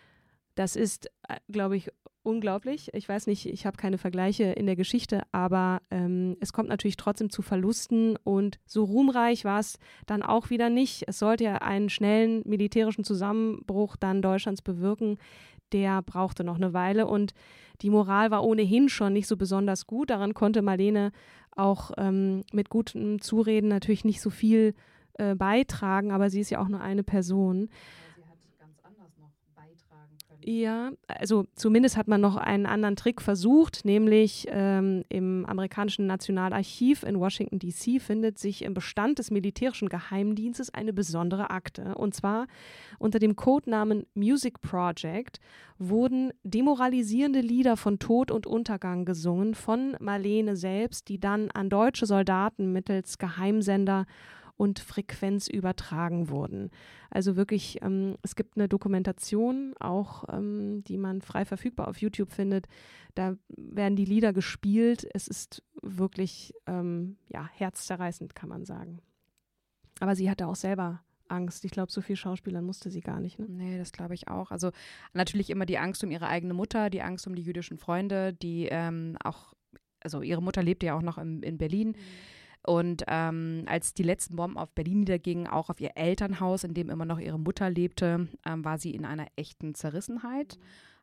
Das ist, äh, glaube ich, unglaublich. Ich weiß nicht, ich habe keine Vergleiche in der Geschichte, aber ähm, es kommt natürlich trotzdem zu Verlusten und so ruhmreich war es dann auch wieder nicht. Es sollte ja einen schnellen militärischen Zusammenbruch dann Deutschlands bewirken. Der brauchte noch eine Weile und die Moral war ohnehin schon nicht so besonders gut. Daran konnte Marlene auch ähm, mit gutem Zureden natürlich nicht so viel äh, beitragen, aber sie ist ja auch nur eine Person. Ja, also zumindest hat man noch einen anderen Trick versucht, nämlich ähm, im amerikanischen Nationalarchiv in Washington D C findet sich im Bestand des militärischen Geheimdienstes eine besondere Akte. Und zwar unter dem Codenamen Music Project wurden demoralisierende Lieder von Tod und Untergang gesungen von Marlene selbst, die dann an deutsche Soldaten mittels Geheimsender und Frequenz übertragen wurden. Also wirklich, ähm, es gibt eine Dokumentation, auch ähm, die man frei verfügbar auf YouTube findet. Da werden die Lieder gespielt. Es ist wirklich ähm, ja, herzzerreißend, kann man sagen. Aber sie hatte auch selber Angst. Ich glaube, so viel Schauspielern musste sie gar nicht. Ne? Nee, das glaube ich auch. Also natürlich immer die Angst um ihre eigene Mutter, die Angst um die jüdischen Freunde, die ähm, auch, also ihre Mutter lebte ja auch noch in, in Berlin. Mhm. Und ähm, als die letzten Bomben auf Berlin niedergingen, auch auf ihr Elternhaus, in dem immer noch ihre Mutter lebte, ähm, war sie in einer echten Zerrissenheit.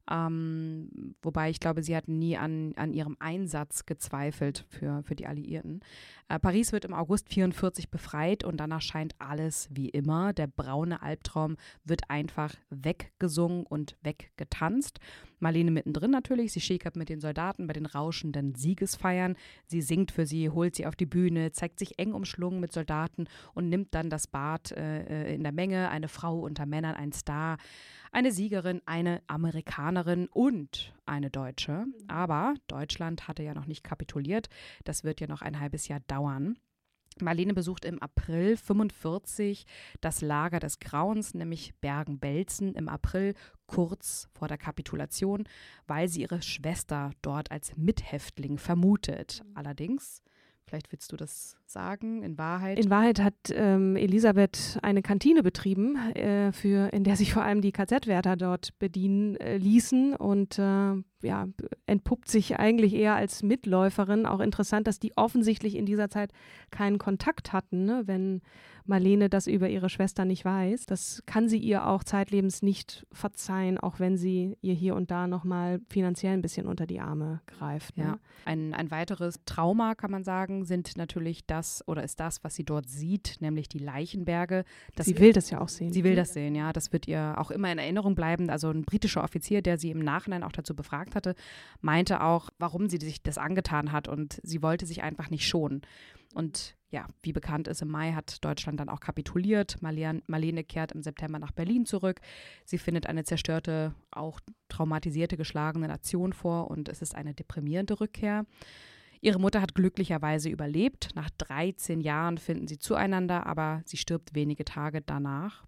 Ähm, wobei ich glaube, sie hat nie an, an ihrem Einsatz gezweifelt für, für die Alliierten. Äh, Paris wird im August vierundvierzig befreit und danach scheint alles wie immer. Der braune Albtraum wird einfach weggesungen und weggetanzt. Marlene mittendrin natürlich. Sie schäkert mit den Soldaten bei den rauschenden Siegesfeiern. Sie singt für sie, holt sie auf die Bühne, zeigt sich eng umschlungen mit Soldaten und nimmt dann das Bad äh, in der Menge. Eine Frau unter Männern, ein Star. Eine Siegerin, eine Amerikanerin und eine Deutsche. Aber Deutschland hatte ja noch nicht kapituliert. Das wird ja noch ein halbes Jahr dauern. Marlene besucht im April fünfundvierzig das Lager des Grauens, nämlich Bergen-Belsen im April, kurz vor der Kapitulation, weil sie ihre Schwester dort als Mithäftling vermutet. Allerdings, vielleicht willst du das sagen, in Wahrheit. In Wahrheit hat ähm, Elisabeth eine Kantine betrieben, äh, für, in der sich vor allem die K Z-Wärter dort bedienen äh, ließen und äh, ja, entpuppt sich eigentlich eher als Mitläuferin. Auch interessant, dass die offensichtlich in dieser Zeit keinen Kontakt hatten, ne? Wenn Marlene das über ihre Schwester nicht weiß. Das kann sie ihr auch zeitlebens nicht verzeihen, auch wenn sie ihr hier und da nochmal finanziell ein bisschen unter die Arme greift. Ne? Ja. Ein, ein weiteres Trauma, kann man sagen, sind natürlich das, oder ist das, was sie dort sieht, nämlich die Leichenberge. Das sie will das ja auch sehen. Sie will das sehen, ja. Das wird ihr auch immer in Erinnerung bleiben. Also ein britischer Offizier, der sie im Nachhinein auch dazu befragt hatte, meinte auch, warum sie sich das angetan hat und sie wollte sich einfach nicht schonen. Und ja, wie bekannt ist, im Mai hat Deutschland dann auch kapituliert. Marlene, Marlene kehrt im September nach Berlin zurück. Sie findet eine zerstörte, auch traumatisierte, geschlagene Nation vor und es ist eine deprimierende Rückkehr. Ihre Mutter hat glücklicherweise überlebt. Nach dreizehn Jahren finden sie zueinander, aber sie stirbt wenige Tage danach.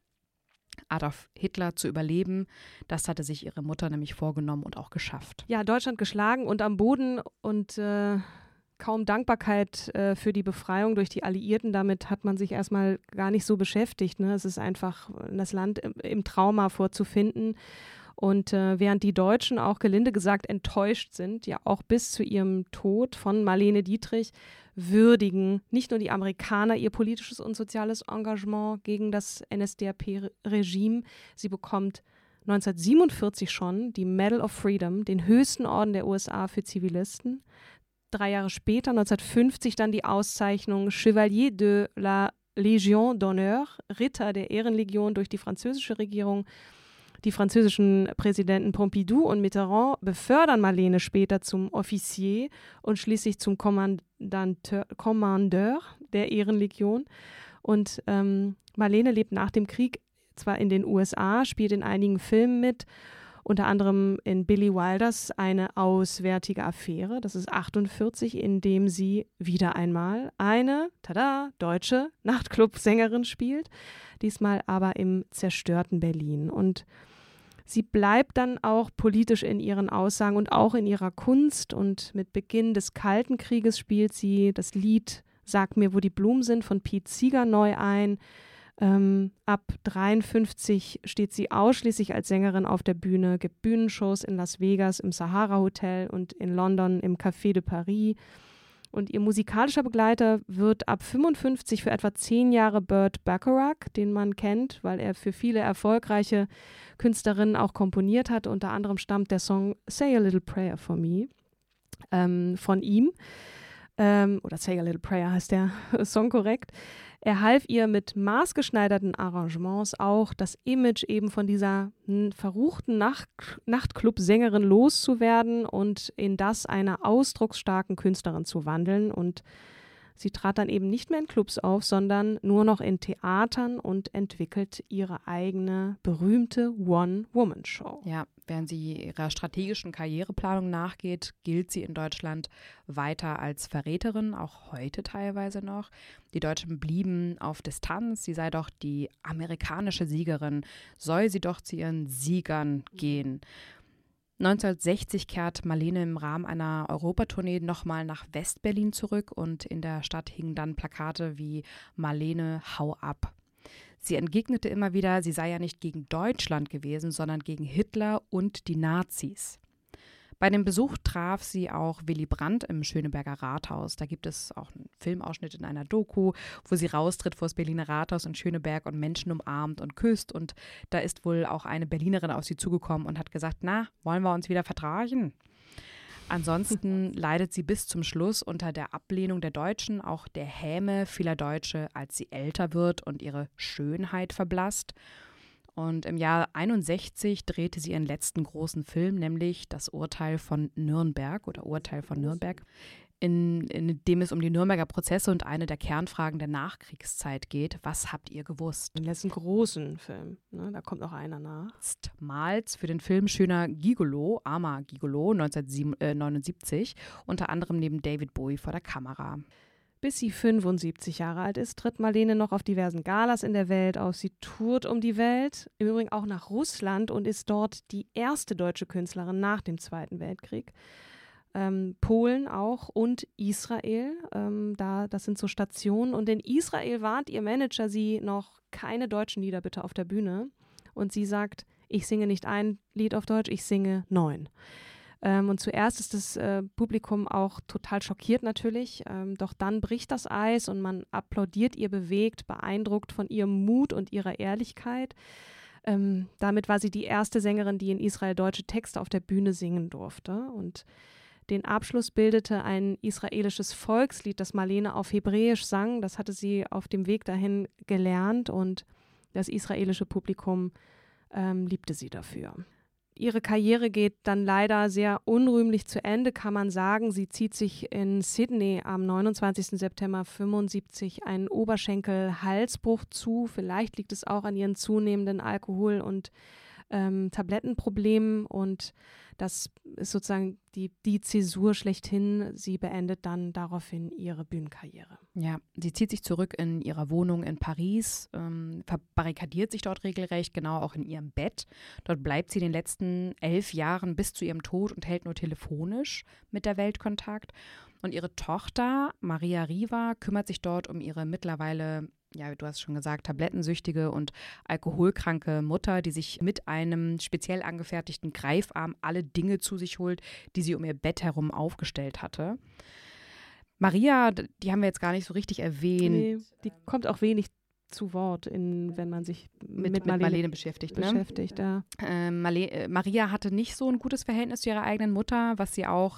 Adolf Hitler zu überleben, das hatte sich ihre Mutter nämlich vorgenommen und auch geschafft. Ja, Deutschland geschlagen und am Boden und äh, kaum Dankbarkeit äh, für die Befreiung durch die Alliierten. Damit hat man sich erstmal gar nicht so beschäftigt. Ne? Es ist einfach das Land im, im Trauma vorzufinden. Und äh, während die Deutschen auch gelinde gesagt enttäuscht sind, ja auch bis zu ihrem Tod von Marlene Dietrich, würdigen nicht nur die Amerikaner ihr politisches und soziales Engagement gegen das N S D A P-Regime. Sie bekommt neunzehnhundertsiebenundvierzig schon die Medal of Freedom, den höchsten Orden der U S A für Zivilisten. Drei Jahre später, neunzehnhundertfünfzig, dann die Auszeichnung Chevalier de la Légion d'honneur, Ritter der Ehrenlegion durch die französische Regierung. Die französischen Präsidenten Pompidou und Mitterrand befördern Marlene später zum Officier und schließlich zum Kommandeur der Ehrenlegion. Und ähm, Marlene lebt nach dem Krieg zwar in den U S A, spielt in einigen Filmen mit, unter anderem in Billy Wilders Eine auswärtige Affäre, das ist achtundvierzig, in dem sie wieder einmal eine, tada, deutsche Nachtclub-Sängerin spielt, diesmal aber im zerstörten Berlin. Und sie bleibt dann auch politisch in ihren Aussagen und auch in ihrer Kunst. Und mit Beginn des Kalten Krieges spielt sie das Lied Sag mir, wo die Blumen sind von Pete Seeger neu ein. Ähm, ab dreiundfünfzig steht sie ausschließlich als Sängerin auf der Bühne, gibt Bühnenshows in Las Vegas, im Sahara Hotel und in London im Café de Paris. Und ihr musikalischer Begleiter wird ab fünfundfünfzig für etwa zehn Jahre Burt Bacharach, den man kennt, weil er für viele erfolgreiche Künstlerinnen auch komponiert hat. Unter anderem stammt der Song Say a Little Prayer for Me ähm, von ihm. Ähm, oder Say a Little Prayer heißt der Song korrekt. Er half ihr mit maßgeschneiderten Arrangements auch, das Image eben von dieser hm, verruchten Nacht- Nachtclub-Sängerin loszuwerden und in das einer ausdrucksstarken Künstlerin zu wandeln. Und sie trat dann eben nicht mehr in Clubs auf, sondern nur noch in Theatern und entwickelt ihre eigene berühmte One-Woman-Show. Ja, während sie ihrer strategischen Karriereplanung nachgeht, gilt sie in Deutschland weiter als Verräterin, auch heute teilweise noch. Die Deutschen blieben auf Distanz, sie sei doch die amerikanische Siegerin, soll sie doch zu ihren Siegern gehen. neunzehnhundertsechzig kehrt Marlene im Rahmen einer Europatournee nochmal nach Westberlin zurück und in der Stadt hingen dann Plakate wie Marlene, hau ab. Sie entgegnete immer wieder, sie sei ja nicht gegen Deutschland gewesen, sondern gegen Hitler und die Nazis. Bei dem Besuch traf sie auch Willy Brandt im Schöneberger Rathaus. Da gibt es auch einen Filmausschnitt in einer Doku, wo sie raustritt vor das Berliner Rathaus in Schöneberg und Menschen umarmt und küsst. Und da ist wohl auch eine Berlinerin auf sie zugekommen und hat gesagt, na, wollen wir uns wieder vertragen? Ansonsten leidet sie bis zum Schluss unter der Ablehnung der Deutschen, auch der Häme vieler Deutsche, als sie älter wird und ihre Schönheit verblasst. Und im Jahr einundsechzig drehte sie ihren letzten großen Film, nämlich Das Urteil von Nürnberg oder Urteil von Nürnberg, in, in dem es um die Nürnberger Prozesse und eine der Kernfragen der Nachkriegszeit geht. Was habt ihr gewusst? Den letzten großen Film, ne? Da kommt noch einer nach. Erstmals für den Film Schöner Gigolo, Armer Gigolo, neunzehnhundertneunundsiebzig, unter anderem neben David Bowie vor der Kamera. Bis sie fünfundsiebzig Jahre alt ist, tritt Marlene noch auf diversen Galas in der Welt auf. Sie tourt um die Welt, im Übrigen auch nach Russland und ist dort die erste deutsche Künstlerin nach dem Zweiten Weltkrieg. Ähm, Polen auch und Israel, ähm, da, das sind so Stationen. Und in Israel warnt ihr Manager sie noch, keine deutschen Lieder bitte auf der Bühne. Und sie sagt, ich singe nicht ein Lied auf Deutsch, ich singe neun. Ähm, und zuerst ist das äh, Publikum auch total schockiert natürlich, ähm, doch dann bricht das Eis und man applaudiert ihr bewegt, beeindruckt von ihrem Mut und ihrer Ehrlichkeit. Ähm, damit war sie die erste Sängerin, die in Israel deutsche Texte auf der Bühne singen durfte. Und den Abschluss bildete ein israelisches Volkslied, das Marlene auf Hebräisch sang. Das hatte sie auf dem Weg dahin gelernt und das israelische Publikum ähm, liebte sie dafür. Ihre Karriere geht dann leider sehr unrühmlich zu Ende, kann man sagen. Sie zieht sich in Sydney am neunundzwanzigsten September fünfundsiebzig einen Oberschenkel-Halsbruch zu. Vielleicht liegt es auch an ihren zunehmenden Alkohol- und ähm, Tablettenproblemen und das ist sozusagen die, die Zäsur schlechthin. Sie beendet dann daraufhin ihre Bühnenkarriere. Ja, sie zieht sich zurück in ihrer Wohnung in Paris, ähm, verbarrikadiert sich dort regelrecht, genau auch in ihrem Bett. Dort bleibt sie in den letzten elf Jahren bis zu ihrem Tod und hält nur telefonisch mit der Welt Kontakt. Und ihre Tochter Maria Riva kümmert sich dort um ihre mittlerweile, ja, du hast schon gesagt, tablettensüchtige und alkoholkranke Mutter, die sich mit einem speziell angefertigten Greifarm alle Dinge zu sich holt, die sie um ihr Bett herum aufgestellt hatte. Maria, die haben wir jetzt gar nicht so richtig erwähnt. Nee, die kommt auch wenig zu Wort, in, wenn man sich mit, mit, Marlene, mit Marlene beschäftigt. beschäftigt Ne? ja. äh, Marle- Maria hatte nicht so ein gutes Verhältnis zu ihrer eigenen Mutter, was sie auch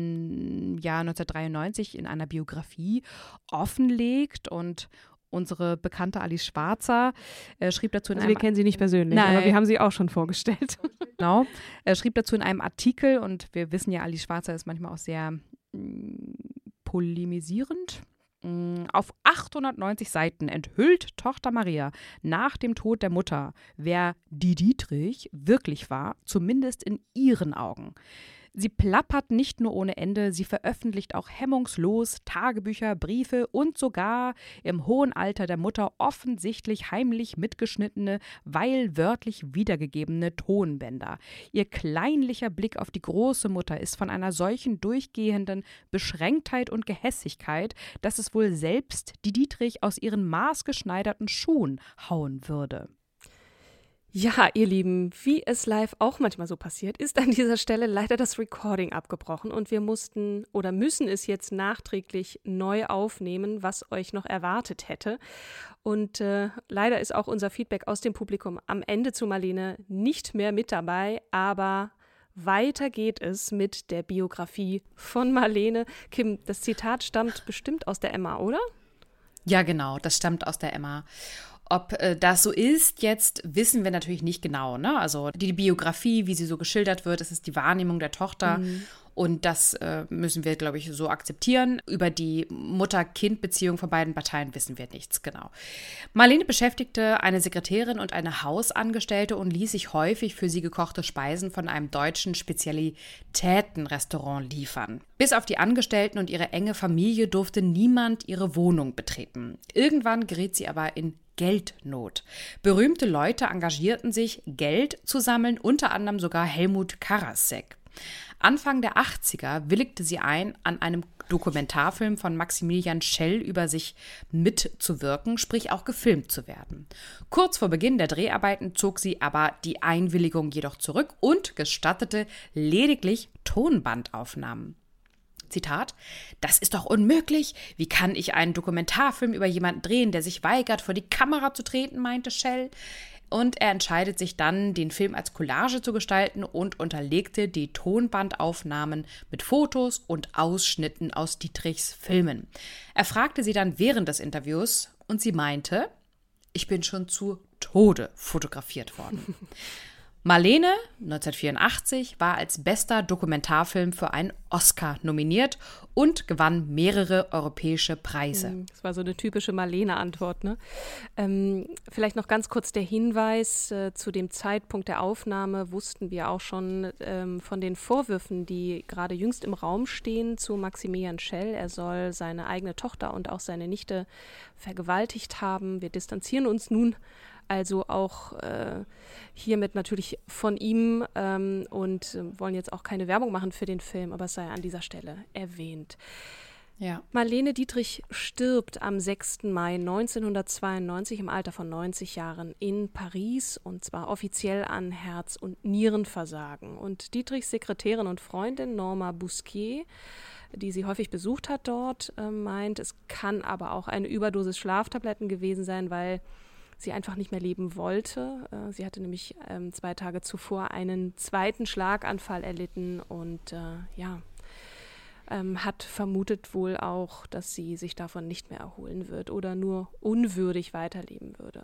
im Jahr neunzehnhundertdreiundneunzig in einer Biografie offenlegt. Und unsere bekannte Alice Schwarzer äh, schrieb dazu in also einem... wir kennen sie nicht persönlich, Nein. aber wir haben sie auch schon vorgestellt. Genau. Er schrieb dazu in einem Artikel, und wir wissen ja, Alice Schwarzer ist manchmal auch sehr mh, polemisierend. Auf achthundertneunzig Seiten enthüllt Tochter Maria nach dem Tod der Mutter, wer die Dietrich wirklich war, zumindest in ihren Augen. Sie plappert nicht nur ohne Ende, sie veröffentlicht auch hemmungslos Tagebücher, Briefe und sogar im hohen Alter der Mutter offensichtlich heimlich mitgeschnittene, weil wörtlich wiedergegebene Tonbänder. Ihr kleinlicher Blick auf die große Mutter ist von einer solchen durchgehenden Beschränktheit und Gehässigkeit, dass es wohl selbst die Dietrich aus ihren maßgeschneiderten Schuhen hauen würde. Ja, ihr Lieben, wie es live auch manchmal so passiert, ist an dieser Stelle leider das Recording abgebrochen und wir mussten oder müssen es jetzt nachträglich neu aufnehmen, was euch noch erwartet hätte. Und äh, leider ist auch unser Feedback aus dem Publikum am Ende zu Marlene nicht mehr mit dabei, aber weiter geht es mit der Biografie von Marlene. Kim, das Zitat stammt bestimmt aus der Emma, oder? Ja, genau, das stammt aus der Emma. Ob äh, das so ist, jetzt wissen wir natürlich nicht genau. Ne? Also die Biografie, wie sie so geschildert wird, das ist die Wahrnehmung der Tochter. Mhm. Und das äh, müssen wir, glaube ich, so akzeptieren. Über die Mutter-Kind-Beziehung von beiden Parteien wissen wir nichts genau. Marlene beschäftigte eine Sekretärin und eine Hausangestellte und ließ sich häufig für sie gekochte Speisen von einem deutschen Spezialitätenrestaurant liefern. Bis auf die Angestellten und ihre enge Familie durfte niemand ihre Wohnung betreten. Irgendwann geriet sie aber in Geldnot. Berühmte Leute engagierten sich, Geld zu sammeln, unter anderem sogar Helmut Karasek. Anfang der achtziger willigte sie ein, an einem Dokumentarfilm von Maximilian Schell über sich mitzuwirken, sprich auch gefilmt zu werden. Kurz vor Beginn der Dreharbeiten zog sie aber die Einwilligung jedoch zurück und gestattete lediglich Tonbandaufnahmen. Zitat: Das ist doch unmöglich. Wie kann ich einen Dokumentarfilm über jemanden drehen, der sich weigert, vor die Kamera zu treten, meinte Schell. Und er entscheidet sich dann, den Film als Collage zu gestalten und unterlegte die Tonbandaufnahmen mit Fotos und Ausschnitten aus Dietrichs Filmen. Er fragte sie dann während des Interviews und sie meinte, ich bin schon zu Tode fotografiert worden. Marlene, neunzehnhundertvierundachtzig, war als bester Dokumentarfilm für einen Oscar nominiert und gewann mehrere europäische Preise. Das war so eine typische Marlene-Antwort, ne? Ähm, vielleicht noch ganz kurz der Hinweis, äh, zu dem Zeitpunkt der Aufnahme wussten wir auch schon ähm, von den Vorwürfen, die gerade jüngst im Raum stehen zu Maximilian Schell. Er soll seine eigene Tochter und auch seine Nichte vergewaltigt haben. Wir distanzieren uns nun also auch äh, hiermit natürlich von ihm ähm, und äh, wollen jetzt auch keine Werbung machen für den Film, aber es sei an dieser Stelle erwähnt. Ja. Marlene Dietrich stirbt am sechsten Mai neunzehnhundertzweiundneunzig im Alter von neunzig Jahren in Paris und zwar offiziell an Herz- und Nierenversagen. Und Dietrichs Sekretärin und Freundin Norma Bousquet, die sie häufig besucht hat dort, äh, meint, es kann aber auch eine Überdosis Schlaftabletten gewesen sein, weil sie einfach nicht mehr leben wollte. Sie hatte nämlich ähm, zwei Tage zuvor einen zweiten Schlaganfall erlitten und äh, ja, ähm, hat vermutet wohl auch, dass sie sich davon nicht mehr erholen wird oder nur unwürdig weiterleben würde.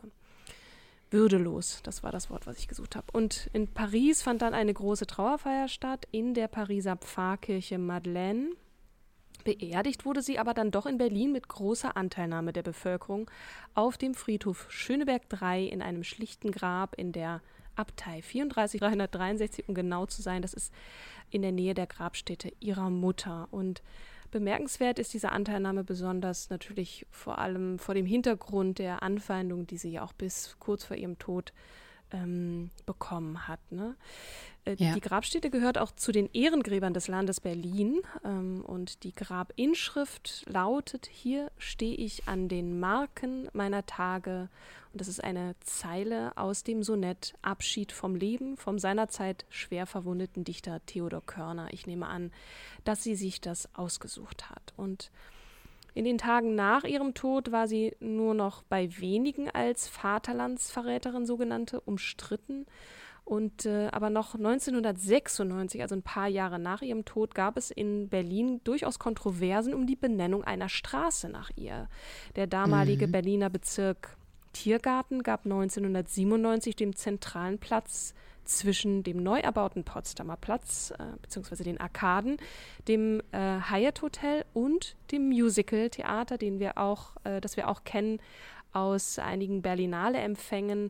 Würdelos, das war das Wort, was ich gesucht habe. Und in Paris fand dann eine große Trauerfeier statt in der Pariser Pfarrkirche Madeleine. Beerdigt wurde sie aber dann doch in Berlin mit großer Anteilnahme der Bevölkerung auf dem Friedhof Schöneberg drei in einem schlichten Grab in der Abtei vierunddreißig dreihundertdreiundsechzig, um genau zu sein. Das ist in der Nähe der Grabstätte ihrer Mutter. Und bemerkenswert ist diese Anteilnahme besonders natürlich vor allem vor dem Hintergrund der Anfeindung, die sie ja auch bis kurz vor ihrem Tod ähm, bekommen hat, ne? Ja. Die Grabstätte gehört auch zu den Ehrengräbern des Landes Berlin ähm, und die Grabinschrift lautet: Hier stehe ich an den Marken meiner Tage. Und das ist eine Zeile aus dem Sonett Abschied vom Leben vom seinerzeit schwer verwundeten Dichter Theodor Körner. Ich nehme an, dass sie sich das ausgesucht hat. Und in den Tagen nach ihrem Tod war sie nur noch bei wenigen als Vaterlandsverräterin sogenannte umstritten. Und äh, aber noch neunzehnhundertsechsundneunzig, also ein paar Jahre nach ihrem Tod, gab es in Berlin durchaus Kontroversen um die Benennung einer Straße nach ihr. Der damalige mhm. Berliner Bezirk Tiergarten gab neunzehnhundertsiebenundneunzig dem zentralen Platz zwischen dem neu erbauten Potsdamer Platz äh, beziehungsweise den Arkaden, dem äh, Hyatt Hotel und dem Musical Theater, den wir auch, äh, das wir auch kennen aus einigen Berlinale-Empfängen,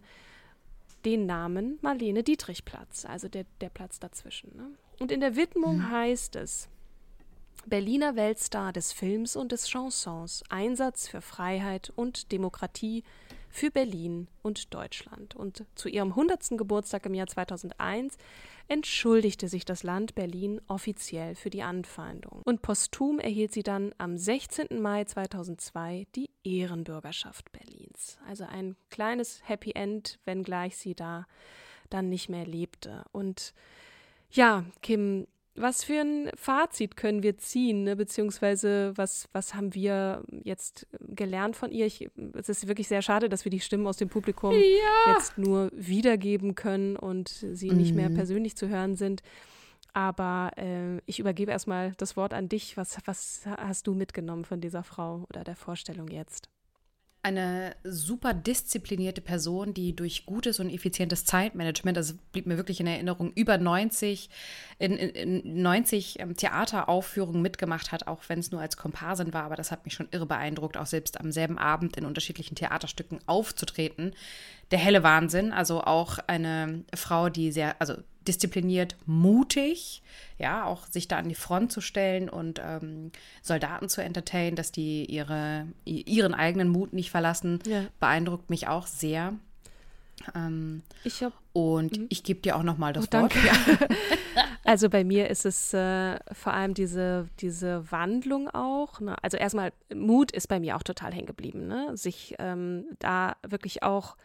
den Namen Marlene Dietrich Platz, also der, der Platz dazwischen. Ne? Und in der Widmung mhm. heißt es: Berliner Weltstar des Films und des Chansons, Einsatz für Freiheit und Demokratie für Berlin und Deutschland. Und zu ihrem hundertsten Geburtstag im Jahr zweitausendeins entschuldigte sich das Land Berlin offiziell für die Anfeindung. Und posthum erhielt sie dann am sechzehnten Mai zweitausendzwei die Ehrenbürgerschaft Berlins. Also ein kleines Happy End, wenngleich sie da dann nicht mehr lebte. Und ja, Kim, was für ein Fazit können wir ziehen, ne? Beziehungsweise was, was haben wir jetzt gelernt von ihr? Ich, es ist wirklich sehr schade, dass wir die Stimmen aus dem Publikum ja. jetzt nur wiedergeben können und sie mhm. nicht mehr persönlich zu hören sind. Aber äh, ich übergebe erstmal das Wort an dich. Was, was hast du mitgenommen von dieser Frau oder der Vorstellung jetzt? eine super disziplinierte Person, die durch gutes und effizientes Zeitmanagement, also blieb mir wirklich in Erinnerung, über neunzig, in, in, in neunzig ähm, Theateraufführungen mitgemacht hat, auch wenn es nur als Komparsin war, aber das hat mich schon irre beeindruckt, auch selbst am selben Abend in unterschiedlichen Theaterstücken aufzutreten. Der helle Wahnsinn, also auch eine Frau, die sehr, also diszipliniert, mutig, ja, auch sich da an die Front zu stellen und ähm, Soldaten zu entertainen, dass die ihre, ihren eigenen Mut nicht verlassen, ja. beeindruckt mich auch sehr. Ähm, ich hab, und m- ich gebe dir auch nochmal das oh, Wort. Danke. Also bei mir ist es äh, vor allem diese, diese Wandlung auch. Ne? Also erstmal, Mut ist bei mir auch total hängen geblieben, ne? Sich ähm, da wirklich auch,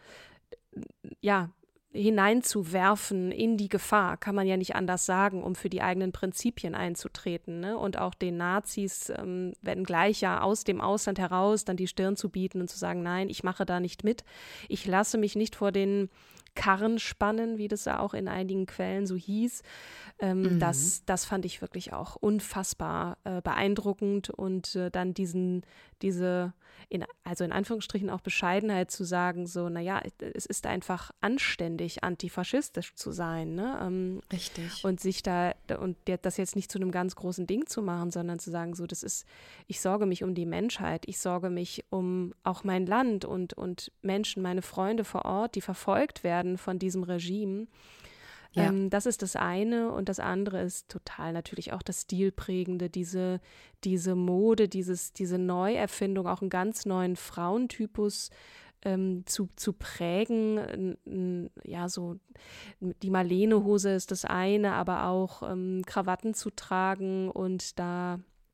ja, hineinzuwerfen in die Gefahr, kann man ja nicht anders sagen, um für die eigenen Prinzipien einzutreten, ne? Und auch den Nazis, ähm, wenn gleich ja aus dem Ausland heraus, dann die Stirn zu bieten und zu sagen, nein, ich mache da nicht mit. Ich lasse mich nicht vor den Karren spannen, wie das ja auch in einigen Quellen so hieß. Ähm, mhm. das, das fand ich wirklich auch unfassbar äh, beeindruckend und äh, dann diesen, diese, in, also in Anführungsstrichen auch Bescheidenheit zu sagen, so, naja, es ist einfach anständig, antifaschistisch zu sein, ne? Ähm, Richtig. Und sich da, und das jetzt nicht zu einem ganz großen Ding zu machen, sondern zu sagen, so, das ist, ich sorge mich um die Menschheit, ich sorge mich um auch mein Land und, und Menschen, meine Freunde vor Ort, die verfolgt werden von diesem Regime. Ja. Ähm, das ist das eine und das andere ist total natürlich auch das Stilprägende, diese, diese Mode, dieses, diese Neuerfindung, auch einen ganz neuen Frauentypus ähm, zu, zu prägen. N, n, ja, so die Marlene-Hose ist das eine, aber auch ähm, Krawatten zu tragen und da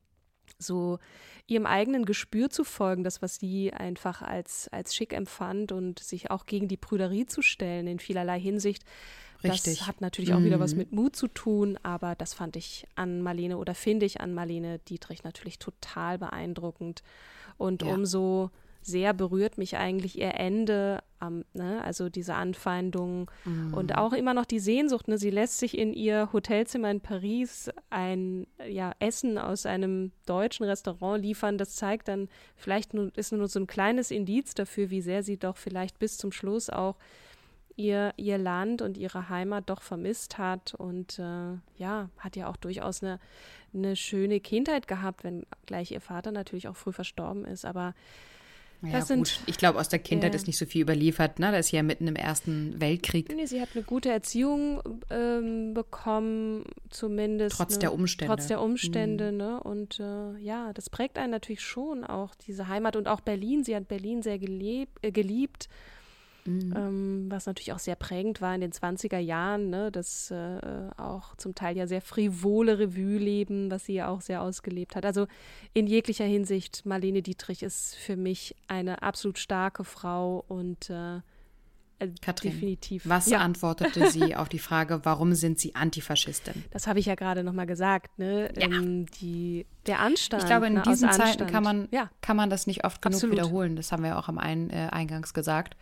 so ihrem eigenen Gespür zu folgen, das, was sie einfach als, als schick empfand und sich auch gegen die Prüderie zu stellen in vielerlei Hinsicht. Richtig. Das hat natürlich auch wieder was mit Mut zu tun, aber das fand ich an Marlene oder finde ich an Marlene Dietrich natürlich total beeindruckend. Und ja. umso sehr berührt mich eigentlich ihr Ende, ähm, ne? Also diese Anfeindung mm. und auch immer noch die Sehnsucht. Ne? Sie lässt sich in ihr Hotelzimmer in Paris ein ja, Essen aus einem deutschen Restaurant liefern. Das zeigt dann, vielleicht nur, ist nur so ein kleines Indiz dafür, wie sehr sie doch vielleicht bis zum Schluss auch ihr, ihr Land und ihre Heimat doch vermisst hat und äh, ja, hat ja auch durchaus eine, eine schöne Kindheit gehabt, wenn gleich ihr Vater natürlich auch früh verstorben ist, aber ja, das sind, gut. Ich glaube, aus der Kindheit äh, ist nicht so viel überliefert, ne? Da ist sie ja mitten im Ersten Weltkrieg. Nee, sie hat eine gute Erziehung ähm, bekommen, zumindest. Trotz ne, der Umstände. Trotz der Umstände, mhm. ne? Und äh, ja, das prägt einen natürlich schon auch, diese Heimat und auch Berlin. Sie hat Berlin sehr geleb, äh, geliebt. Mhm. Ähm, was natürlich auch sehr prägend war in den zwanziger Jahren, ne, das äh, auch zum Teil ja sehr frivole Revue-Leben, was sie ja auch sehr ausgelebt hat. Also in jeglicher Hinsicht, Marlene Dietrich ist für mich eine absolut starke Frau und äh, Katrin, definitiv. Was ja. antwortete sie auf die Frage, warum sind Sie Antifaschistin? Das habe ich ja gerade nochmal gesagt, ne? Ja. Ähm, die, der Anstand. Ich glaube, in ne, diesen aus Zeiten Anstand. kann man, ja. kann man das nicht oft genug Absolut. wiederholen. Das haben wir auch am Ein, äh, Eingangs gesagt.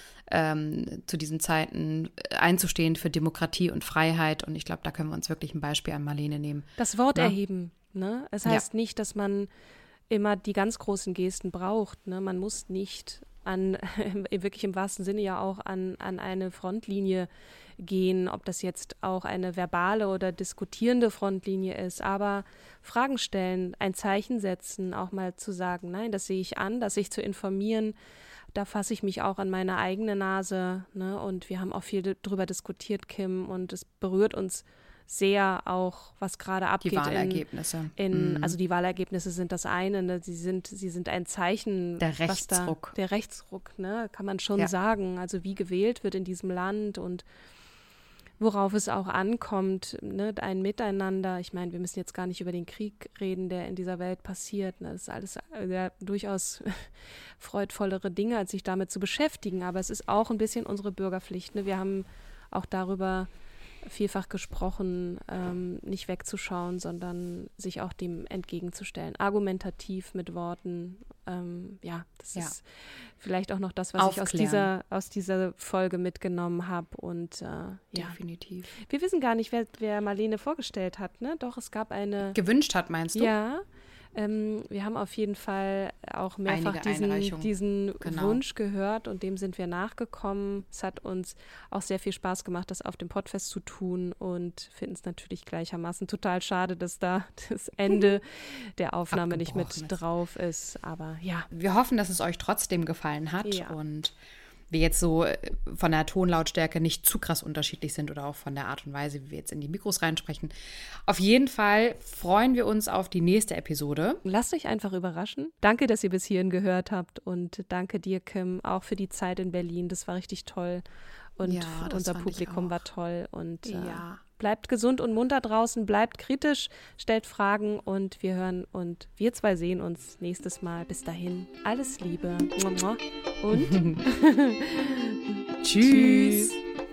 Ähm, zu diesen Zeiten einzustehen für Demokratie und Freiheit. Und ich glaube, da können wir uns wirklich ein Beispiel an Marlene nehmen. Das Wort ja. erheben. Ne? Es heißt ja. nicht, dass man immer die ganz großen Gesten braucht. Ne? Man muss nicht an, wirklich im wahrsten Sinne ja auch an, an eine Frontlinie gehen, ob das jetzt auch eine verbale oder diskutierende Frontlinie ist, aber Fragen stellen, ein Zeichen setzen, auch mal zu sagen, nein, das sehe ich an, das sich zu informieren, da fasse ich mich auch an meine eigene Nase, ne? Und wir haben auch viel darüber diskutiert, Kim, und es berührt uns sehr auch, was gerade abgeht. Die Wahlergebnisse. In, in, mhm. Also die Wahlergebnisse sind das eine, ne? sie, sind, sie sind ein Zeichen. Der Rechtsruck. Was da, der Rechtsruck, ne? Kann man schon ja. sagen. Also wie gewählt wird in diesem Land und worauf es auch ankommt, ne? Ein Miteinander. Ich meine, wir müssen jetzt gar nicht über den Krieg reden, der in dieser Welt passiert. Ne? Das ist alles ja, durchaus freudvollere Dinge, als sich damit zu beschäftigen. Aber es ist auch ein bisschen unsere Bürgerpflicht. Ne? Wir haben auch darüber vielfach gesprochen, ähm, nicht wegzuschauen, sondern sich auch dem entgegenzustellen. Argumentativ mit Worten. Ähm, ja, das ja. ist vielleicht auch noch das, was Aufklären. ich aus dieser, aus dieser Folge mitgenommen habe. Und äh, ja. Definitiv. Wir wissen gar nicht, wer, wer Marlene vorgestellt hat, ne? Doch, es gab eine... Gewünscht hat, meinst du? Ja, Ähm, wir haben auf jeden Fall auch mehrfach diesen, diesen genau. Wunsch gehört und dem sind wir nachgekommen. Es hat uns auch sehr viel Spaß gemacht, das auf dem Podfest zu tun und finden es natürlich gleichermaßen total schade, dass da das Ende der Aufnahme nicht mit drauf ist. Aber ja. Wir hoffen, dass es euch trotzdem gefallen hat ja. und wir jetzt so von der Tonlautstärke nicht zu krass unterschiedlich sind oder auch von der Art und Weise, wie wir jetzt in die Mikros reinsprechen. Auf jeden Fall freuen wir uns auf die nächste Episode. Lasst euch einfach überraschen. Danke, dass ihr bis hierhin gehört habt und danke dir, Kim, auch für die Zeit in Berlin. Das war richtig toll und ja, unser Publikum war toll und ja. äh, bleibt gesund und munter draußen, bleibt kritisch, stellt Fragen und wir hören und wir zwei sehen uns nächstes Mal. Bis dahin, alles Liebe und tschüss.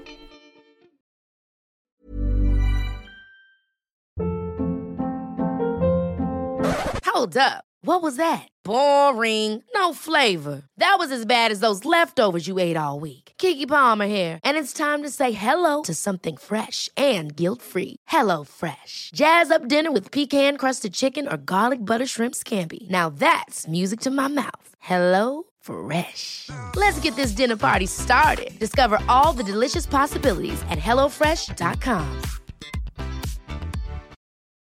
Hold up. What was that? Boring. No flavor. That was as bad as those leftovers you ate all week. Keke Palmer here, and it's time to say hello to something fresh and guilt-free. Hello Fresh. Jazz up dinner with pecan-crusted chicken or garlic butter shrimp scampi. Now that's music to my mouth. Hello Fresh. Let's get this dinner party started. Discover all the delicious possibilities at hello fresh dot com.